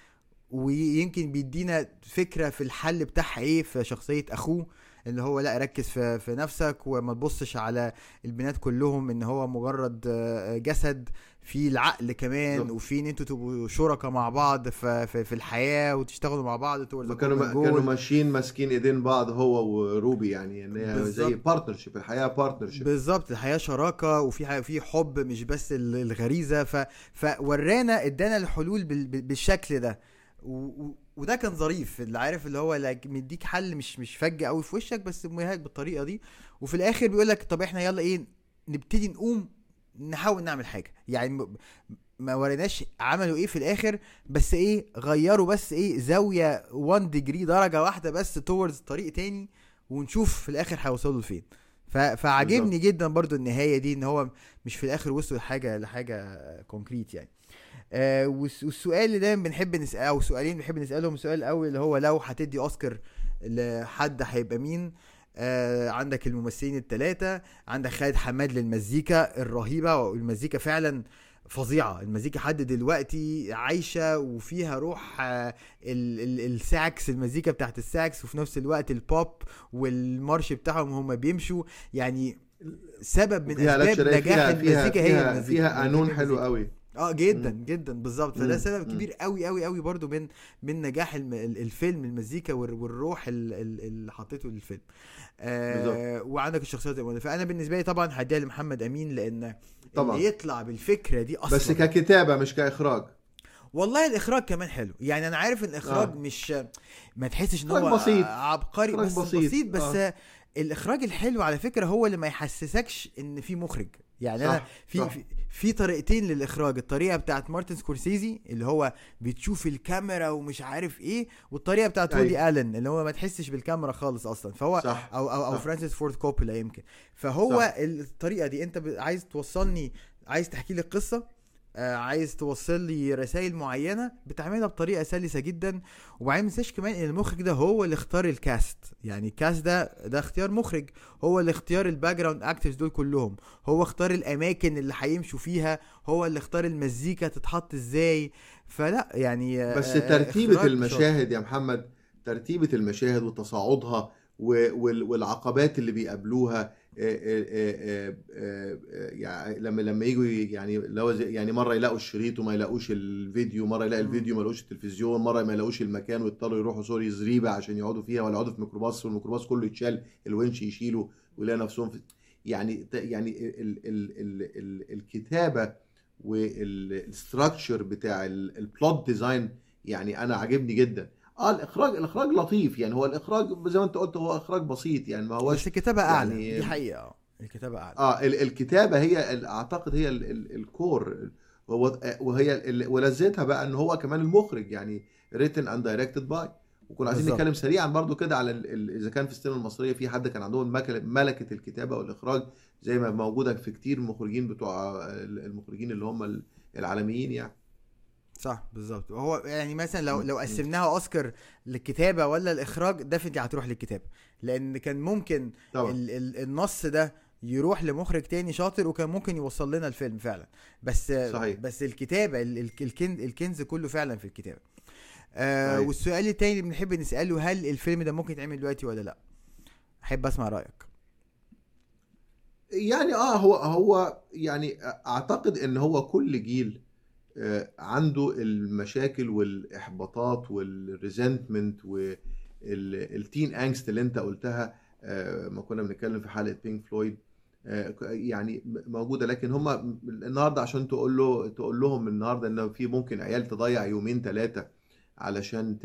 ويمكن بيدينا فكره في الحل بتاعها ايه في شخصيه اخوه، اللي هو لا ركز في نفسك وما تبصش على البنات كلهم ان هو مجرد جسد، في العقل كمان، وفي ان انتوا تبقوا شركاء مع بعض في الحياه وتشتغلوا مع بعض. كانوا ماشيين ماسكين ايدين بعض هو وروبي، يعني ان هي زي بارتنرشيب، الحياه بارتنرشيب بالظبط، الحياه شراكه وفي حب مش بس الغريزه. فورانا ادانا الحلول بالشكل ده، وده كان ظريف، اللي عارف اللي هو مديك حل مش فج قوي في وشك، بس مهاج بالطريقه دي. وفي الاخر بيقول لك طب احنا يلا ايه نبتدي نقوم نحاول نعمل حاجه. يعني ما وريناش عملوا ايه في الاخر، بس ايه غيروا بس ايه زاويه 1 ديجري، درجه واحده بس توورز طريق تاني، ونشوف في الاخر هيوصلوا لفين. فعجبني جدا برضو النهايه دي، ان هو مش في الاخر وصلوا لحاجه كونكريت يعني. والسؤال اللي دايما بنحب نسأله، او سؤالين بنحب نسألهم، السؤال الاول اللي هو لو هتدي اوسكار لحد هيبقى مين؟ عندك الممثلين الثلاثه، عندك خالد حماد للمزيكا الرهيبه، والمزيكا فعلا فظيعه، المزيكا حد دلوقتي عايشه وفيها روح الساكس، المزيكا بتاعت الساكس، وفي نفس الوقت البوب والمارش بتاعهم هم بيمشوا، يعني سبب من اسباب نجاح المزيكا هي المزيكا، فيها قانون حلو قوي جدا جدا بالظبط. فده سبب كبير قوي قوي قوي برضو من نجاح الفيلم، المزيكا والروح اللي حطيته للفيلم. وعندك الشخصيات زي. فانا بالنسبه لي طبعا هديها لمحمد امين، لان اللي يطلع بالفكره دي اصلا، بس ككتابه مش كاخراج. والله الاخراج كمان حلو، يعني انا عارف ان الاخراج مش ما تحسش ان هو بسيط. عبقري، بس بسيط بس الاخراج الحلو على فكره هو اللي ما يحسسكش ان في مخرج. يعني صح. انا في طريقتين للاخراج، الطريقه بتاعت مارتن سكورسيزي اللي هو بتشوف الكاميرا ومش عارف ايه، والطريقه بتاعت وودي آلن اللي هو ما تحسش بالكاميرا خالص اصلا. فهو صح. او فرانسيس فورد كوبولا يمكن. فهو صح. الطريقه دي انت عايز توصلني، عايز تحكي لي القصه، عايز توصل لي رسائل معينه، بتعملها بطريقه سلسه جدا. وبعدين ما تنساش كمان ان المخرج ده هو اللي اختار الكاست، يعني الكاست ده اختيار مخرج، هو اللي اختار الباك جراوند اكترز دول كلهم، هو اختار الاماكن اللي هيمشوا فيها، هو اللي اختار المزيكا تتحط ازاي. فلا يعني بس ترتيبه المشاهد يا محمد، ترتيبه المشاهد وتصاعدها والعقبات اللي بيقابلوها، يعني لما يجوا يعني لو يعني مره يلاقوا الشريط وما يلاقوش الفيديو، مره يلاقي الفيديو ما يلاقوش التلفزيون، مره ما يلاقوش المكان ويضطروا يروحوا زريبه عشان يقعدوا فيها، ولا يقعدوا في ميكروباص والميكروباص كله يتشال، الونش يشيله ويلاقي نفسهم يعني الكتابه والستراكشر بتاع البلوت ديزاين، يعني انا عجبني جدا. الاخراج لطيف، يعني هو الاخراج زي ما انت قلت هو اخراج بسيط، يعني ما هوش، بس الكتابه اعلى يعني، دي حقيقه. الكتابه اعلى. الكتابه هي اعتقد هي الكور، وهي ولذتها بقى ان هو كمان المخرج، يعني written and directed by. وكنا عايزين نتكلم سريعا برضو كده على اذا كان في السينما المصريه في حد كان عندهم ملكه الكتابه والاخراج زي ما موجوده في كتير مخرجين بتوع المخرجين اللي هم العالميين يعني. صح بالظبط. هو يعني مثلا لو قسمناها اوسكار للكتابه ولا الاخراج، ديفنتلي هتروح للكتابه، لان كان ممكن النص ده يروح لمخرج تاني شاطر، وكان ممكن يوصل لنا الفيلم فعلا. بس صحيح. بس الكتابه الكنز كله فعلا في الكتابه. والسؤال التاني اللي بنحب نساله، هل الفيلم ده ممكن يتعمل دلوقتي ولا لا؟ احب اسمع رايك. يعني هو يعني اعتقد ان هو كل جيل عنده المشاكل والاحباطات والريزنتمنت والتين انجست اللي انت قلتها، ما كنا بنتكلم في حلقه بينك فلويد، يعني موجوده. لكن هم النهارده عشان تقول لهم النهارده ان في ممكن عيال تضيع يومين 3 علشان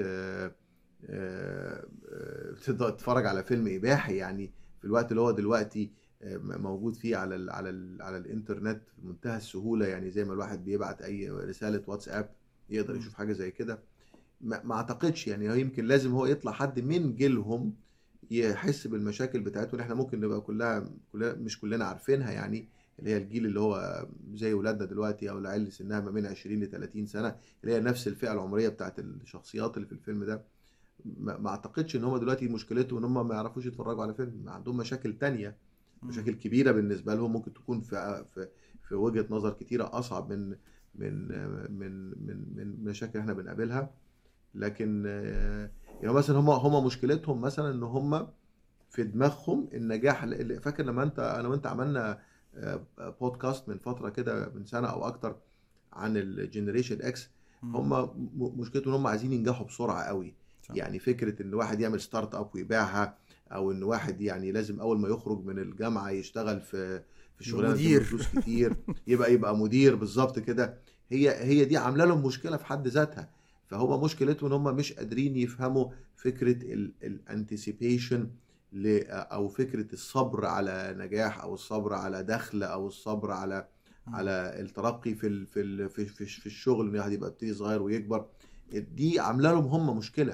تتفرج على فيلم اباحي، يعني في الوقت اللي هو دلوقتي موجود فيه على الانترنت بمنتهى السهوله، يعني زي ما الواحد بيبعت اي رساله واتساب يقدر يشوف حاجه زي كده. ما اعتقدش يعني، يمكن لازم هو يطلع حد من جيلهم يحس بالمشاكل بتاعتهم اللي احنا ممكن نبقى كلها مش كلنا عارفينها، يعني اللي هي الجيل اللي هو زي ولادنا دلوقتي، او العيال اللي سنها ما بين 20 ل 30 سنه، اللي هي نفس الفئه العمريه بتاعت الشخصيات اللي في الفيلم ده. ما اعتقدش ان هم دلوقتي مشكلتهم ان هم ما يعرفوش يتفرجوا على فيلم، عندهم مشاكل تانية، مشاكل كبيره بالنسبه لهم، ممكن تكون في وجهه نظر كتيره اصعب من مشاكل احنا بنقابلها. لكن يعني مثلا هم مشكلتهم مثلا ان هم في دماغهم النجاح. فاكر لما انا وانت عملنا بودكاست من فتره كده، من سنه او اكتر، عن الجنريشن اكس. هم مشكلتهم ان هم عايزين ينجحوا بسرعه قوي. يعني فكره ان واحد يعمل ستارت اب ويبيعها، او ان واحد يعني لازم اول ما يخرج من الجامعه يشتغل في شغلانه مدير. فلوس كتير، يبقى مدير بالظبط كده. هي دي عامله لهم مشكله في حد ذاتها. فهو مشكلتهم ان هم مش قادرين يفهموا فكره الانتسيبيشن، او فكره الصبر على نجاح، او الصبر على دخل، او الصبر على الترقي في الشغل، ان الواحد يبقى يبتدي صغير ويكبر. دي عامله لهم هم مشكله.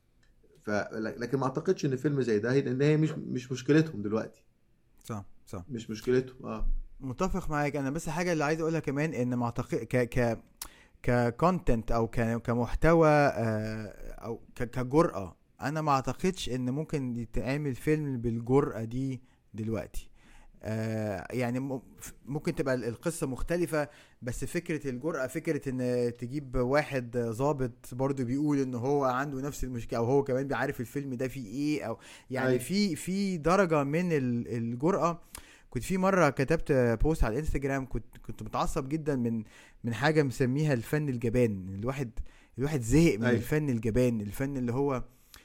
لكن ما اعتقدش ان فيلم زي ده، لان هي مش مشكلتهم دلوقتي. صح مش مشكلتهم. متفق معاك انا. بس حاجه اللي عايز اقولها كمان ان ما اعتقد ككونتنت او كمحتوى او كجرأة، انا ما اعتقدش ان ممكن يتعمل فيلم بالجرأة دي دلوقتي. يعني ممكن تبقى القصة مختلفة، بس فكرة الجرأة، فكرة ان تجيب واحد ضابط برضو بيقول ان هو عنده نفس المشكلة، او هو كمان بيعرف الفيلم ده فيه ايه، او يعني في درجة من الجرأة. كنت في مرة كتبت بوست على الانستجرام، كنت متعصب جدا من حاجة مسميها الفن الجبان. الواحد زهق من الفن الجبان، الفن اللي هو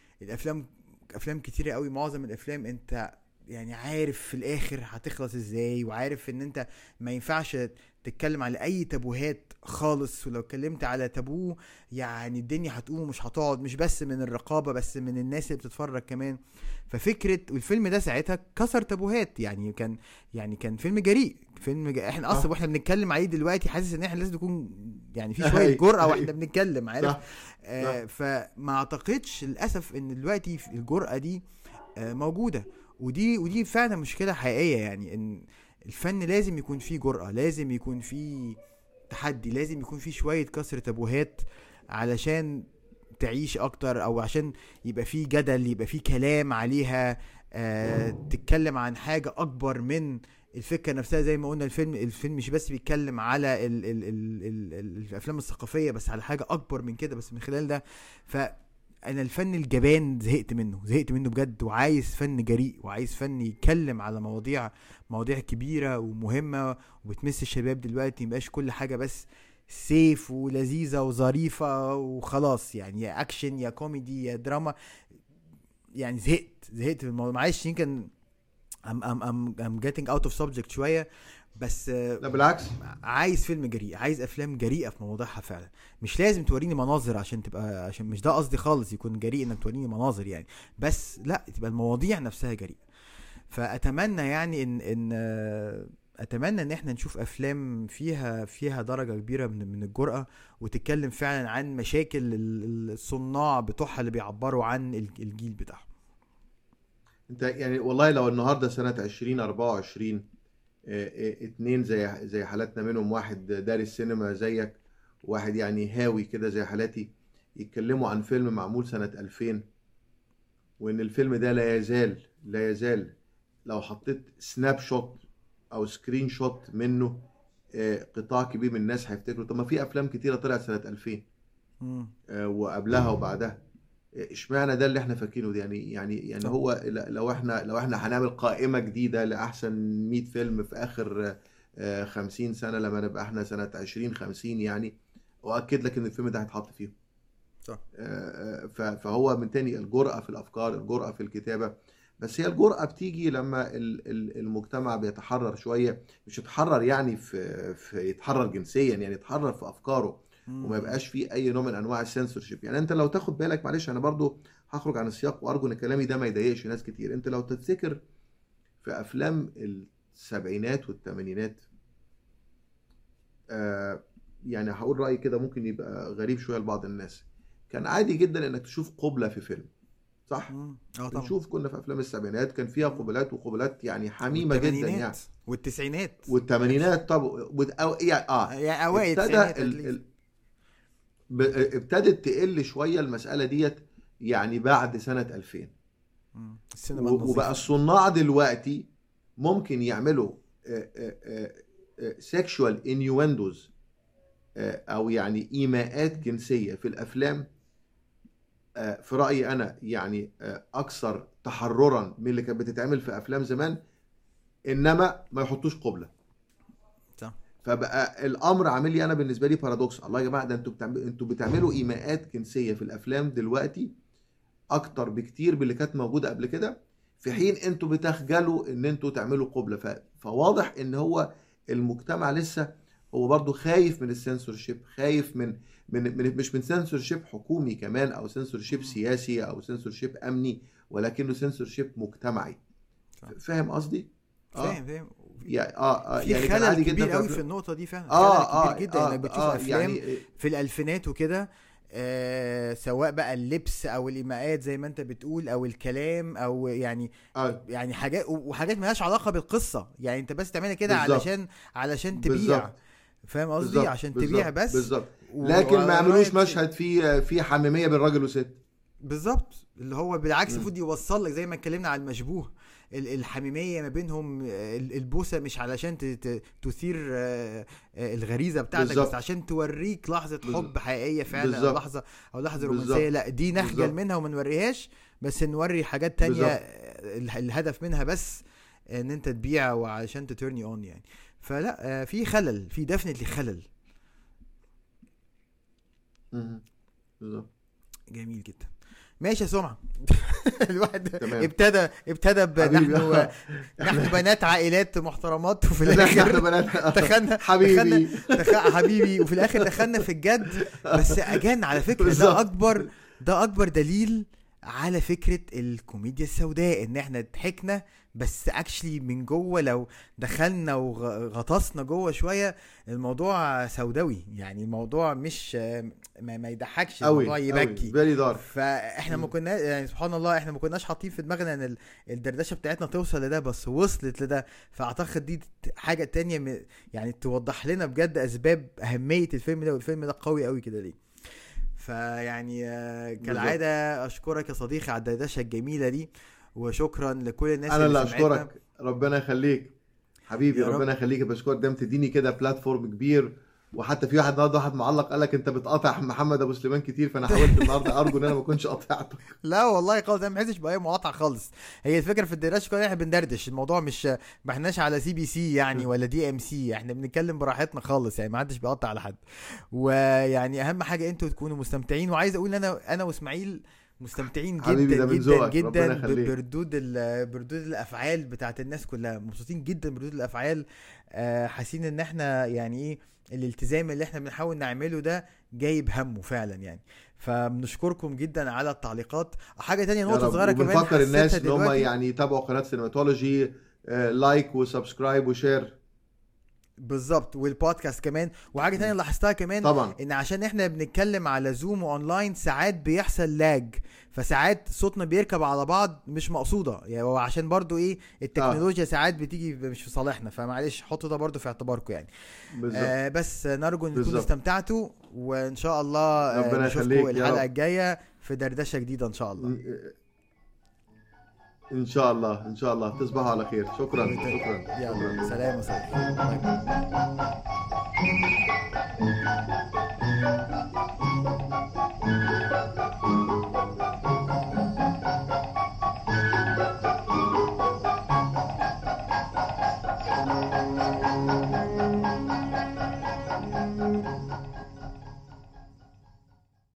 افلام كتيرة قوي. معظم الافلام انت يعني عارف في الاخر هتخلص ازاي، وعارف ان انت ما ينفعش تتكلم على اي تابوهات خالص، ولو اتكلمت على تابوه يعني الدنيا هتقوم ومش هتقعد، مش بس من الرقابة بس من الناس اللي بتتفرج كمان. ففكرة والفيلم ده ساعتها كسر تابوهات، يعني كان فيلم جريء، احنا اصلا واحنا بنتكلم عليه دلوقتي حاسس ان احنا لازم نكون يعني في شوية جرأة واحنا بنتكلم، عارف. فما اعتقدش للأسف ان دلوقتي الجرأة دي موجودة، ودي فعلا مشكلة حقيقية. يعني ان الفن لازم يكون فيه جرأة، لازم يكون فيه تحدي، لازم يكون فيه شوية كسر تابوهات علشان تعيش اكتر، او عشان يبقى فيه جدل، يبقى فيه كلام عليها، تتكلم عن حاجة اكبر من الفكرة نفسها. زي ما قلنا الفيلم مش بس بيتكلم على الافلام الثقافية بس، على حاجة اكبر من كده. بس من خلال ده انا الفن الجبان زهقت منه بجد، وعايز فن جريء، وعايز فن يتكلم على مواضيع كبيرة ومهمة وبتمس الشباب دلوقتي. مبقاش كل حاجة بس سيف ولذيذة وظريفة وخلاص، يعني يا اكشن يا كوميدي يا دراما. يعني زهقت من الموضوع. معلش يمكن I'm getting out of subject شوية، بس لا بالعكس، عايز فيلم جريء، عايز افلام جريئة في مواضيعها فعلا. مش لازم توريني مناظر عشان مش ده قصدي خالص يكون جريء انك توريني مناظر يعني، بس لا تبقى المواضيع نفسها جريئة. فاتمنى يعني اتمنى ان احنا نشوف افلام فيها درجة كبيرة من الجرأة، وتتكلم فعلا عن مشاكل الصناع بتوعها اللي بيعبروا عن الجيل بتاعهم. انت يعني والله لو النهاردة سنة 2024 اتنين زي حالاتنا، منهم واحد دارس سينما زيك، وواحد يعني هاوي كده زي حالاتي، يتكلموا عن فيلم معمول سنة 2000، وان الفيلم ده لا يزال لو حطيت سناب شوت او سكرين شوت منه قطاع كبير من الناس هيفتكروا. طب ما في افلام كتيرة طلعت سنة 2000 وقبلها وبعدها، اشمعنى ده اللي احنا فاكرينه ده؟ يعني هو لو احنا هنعمل قائمة جديدة لأحسن 100 فيلم في آخر 50 سنة، لما نبقى احنا سنة 2050 يعني، وأكد لك ان الفيلم ده هيتحط فيه. صح. فهو من تاني الجرأة في الأفكار، الجرأة في الكتابة. بس هي الجرأة بتيجي لما المجتمع بيتحرر شوية، مش يتحرر يعني في يتحرر جنسيا، يعني يتحرر في أفكاره، وما يبقاش فيه اي نوع من انواع السنسورشيب. يعني انت لو تاخد بالك، معلش انا برضو هخرج عن السياق، وارجو ان كلامي ده ما يضايقش ناس كتير. انت لو تفتكر في افلام السبعينات والثمانينات، يعني هقول رأيي كده ممكن يبقى غريب شوية لبعض الناس، كان عادي جدا انك تشوف قبلة في فيلم، صح؟ طبعا. نشوف كنا في افلام السبعينات كان فيها قبلات يعني حميمة جدا يعني، والتسعينات والثمانينات. طب يعني اوائل التسعينات ابتدت تقل شوية المسألة ديت يعني بعد سنة 2000. وبقى الصناع دلوقتي ممكن يعملوا sexual innuendos او يعني ايماءات جنسية في الافلام في رايي انا يعني اكثر تحررا من اللي كانت بتتعمل في افلام زمان، انما ما يحطوش قبله. صح. فبقى الامر عامل لي انا بالنسبه لي بارادوكس. الله يا جماعه، ده انتوا بتعملوا ايماءات جنسيه في الافلام دلوقتي اكتر بكتير باللي كانت موجوده قبل كده، في حين انتوا بتخجلوا ان انتوا تعملوا قبله. فواضح ان هو المجتمع لسه هو برضو خايف من السنسورشيب، خايف من مش من سنسورشيب حكومي كمان، او سنسورشيب سياسي، او سنسورشيب امني، ولكنه سنسورشيب مجتمعي. فاهم قصدي؟ فاهم. يعني في كان خلل عادي كبير جدا قوي في النقطه دي فعلا. خلل كبير جدا انك بتشوف افلام يعني في الالفينات وكده، سواء بقى اللبس او الايماءات زي ما انت بتقول، او الكلام، او يعني يعني حاجات مالهاش علاقه بالقصه، يعني انت بس تعملها كده علشان تبيع. بالزبط. فاهم قصدي؟ عشان تبيع بس. بالظبط. لكن ما يعملوش مشهد فيه حميميه بين راجل وست. بالظبط، اللي هو بالعكس المفروض يوصل لك زي ما اتكلمنا على المشبوه، الحميميه ما بينهم، البوسه مش علشان تثير الغريزه بتاعتك، بالزبط. بس عشان توريك لحظه حب حقيقيه فعلا، بالزبط. او لحظه رومانسيه. لا دي نخجل منها وما نوريهاش، بس نوري حاجات تانية الهدف منها بس ان انت تبيع وعشان تترني اون يعني. فلا في خلل، في ديفنتلي خلل. بالظبط. جميل جدا. ماشي يا سمعة. الواحد تمام. ابتدى نحن بنات عائلات محترمات، وفي الاخر دخلنا حبيبي وفي الاخر دخلنا في الجد. بس اجان على فكرة ده اكبر دليل على فكرة الكوميديا السوداء، ان احنا ضحكنا بس اكشلي من جوه لو دخلنا وغطسنا جوه شوية الموضوع سوداوي، يعني الموضوع مش ما يضحكش، الموضوع يبكي. فاحنا ما كنا يعني سبحان الله احنا ما كناش حاطين في دماغنا ان الدردشة بتاعتنا توصل لده، بس وصلت لده. فاعتقد دي حاجة تانية يعني توضح لنا بجد اسباب اهمية الفيلم ده، والفيلم ده قوي قوي كده ليه. فيعني كالعادة اشكرك يا صديقي على الدردشة الجميلة دي، وشكرا لكل الناس انا اللي اشكرك. ربنا يخليك حبيبي، ربنا يخليك. بشكرك دايما تديني كده بلاتفورم كبير. وحتى في واحد معلق قال لك انت بتقاطع محمد ابو سليمان كتير، فانا حاولت النهارده ارجو ان انا ما اكونش قاطعتك. لا والله خالص، انا ما بحسش باي مقاطعه خالص. هي الفكره في الدردشه كلها احنا بندردش، الموضوع مش ما احناش على CBC يعني ولا DMC، احنا بنتكلم براحتنا خالص يعني، ما حدش بيقطع على حد. ويعني اهم حاجه انتوا تكونوا مستمتعين. وعايز اقول انا واسماعيل مستمتعين جدا جدا بردود الافعال بتاعت الناس كلها، مبسوطين جدا بردود الافعال. حاسين ان احنا يعني ايه الالتزام اللي احنا بنحاول نعمله ده جايب همه فعلا يعني. فبنشكركم جدا على التعليقات. حاجه تانية نقطه صغيره كمان، بنفكر الناس ان هم يعني يتابعوا قناه سينماتولوجي، لايك وسبسكرايب وشير. بالظبط، والبودكاست كمان. وحاجه تانية لاحظتها كمان طبعا، ان عشان احنا بنتكلم على زوم واونلاين ساعات بيحصل لاج، فساعات صوتنا بيركب على بعض مش مقصوده يعني، وعشان برضو ايه التكنولوجيا ساعات بتيجي مش في صالحنا، فمعلش حطوا ده برضو في اعتباركم يعني. بس نرجو ان تكونوا استمتعتوا، وان شاء الله نشوفكم الحلقه الجايه في دردشه جديده ان شاء الله. ان شاء الله تصبحوا على خير. شكرا. يلا سلام وسلام.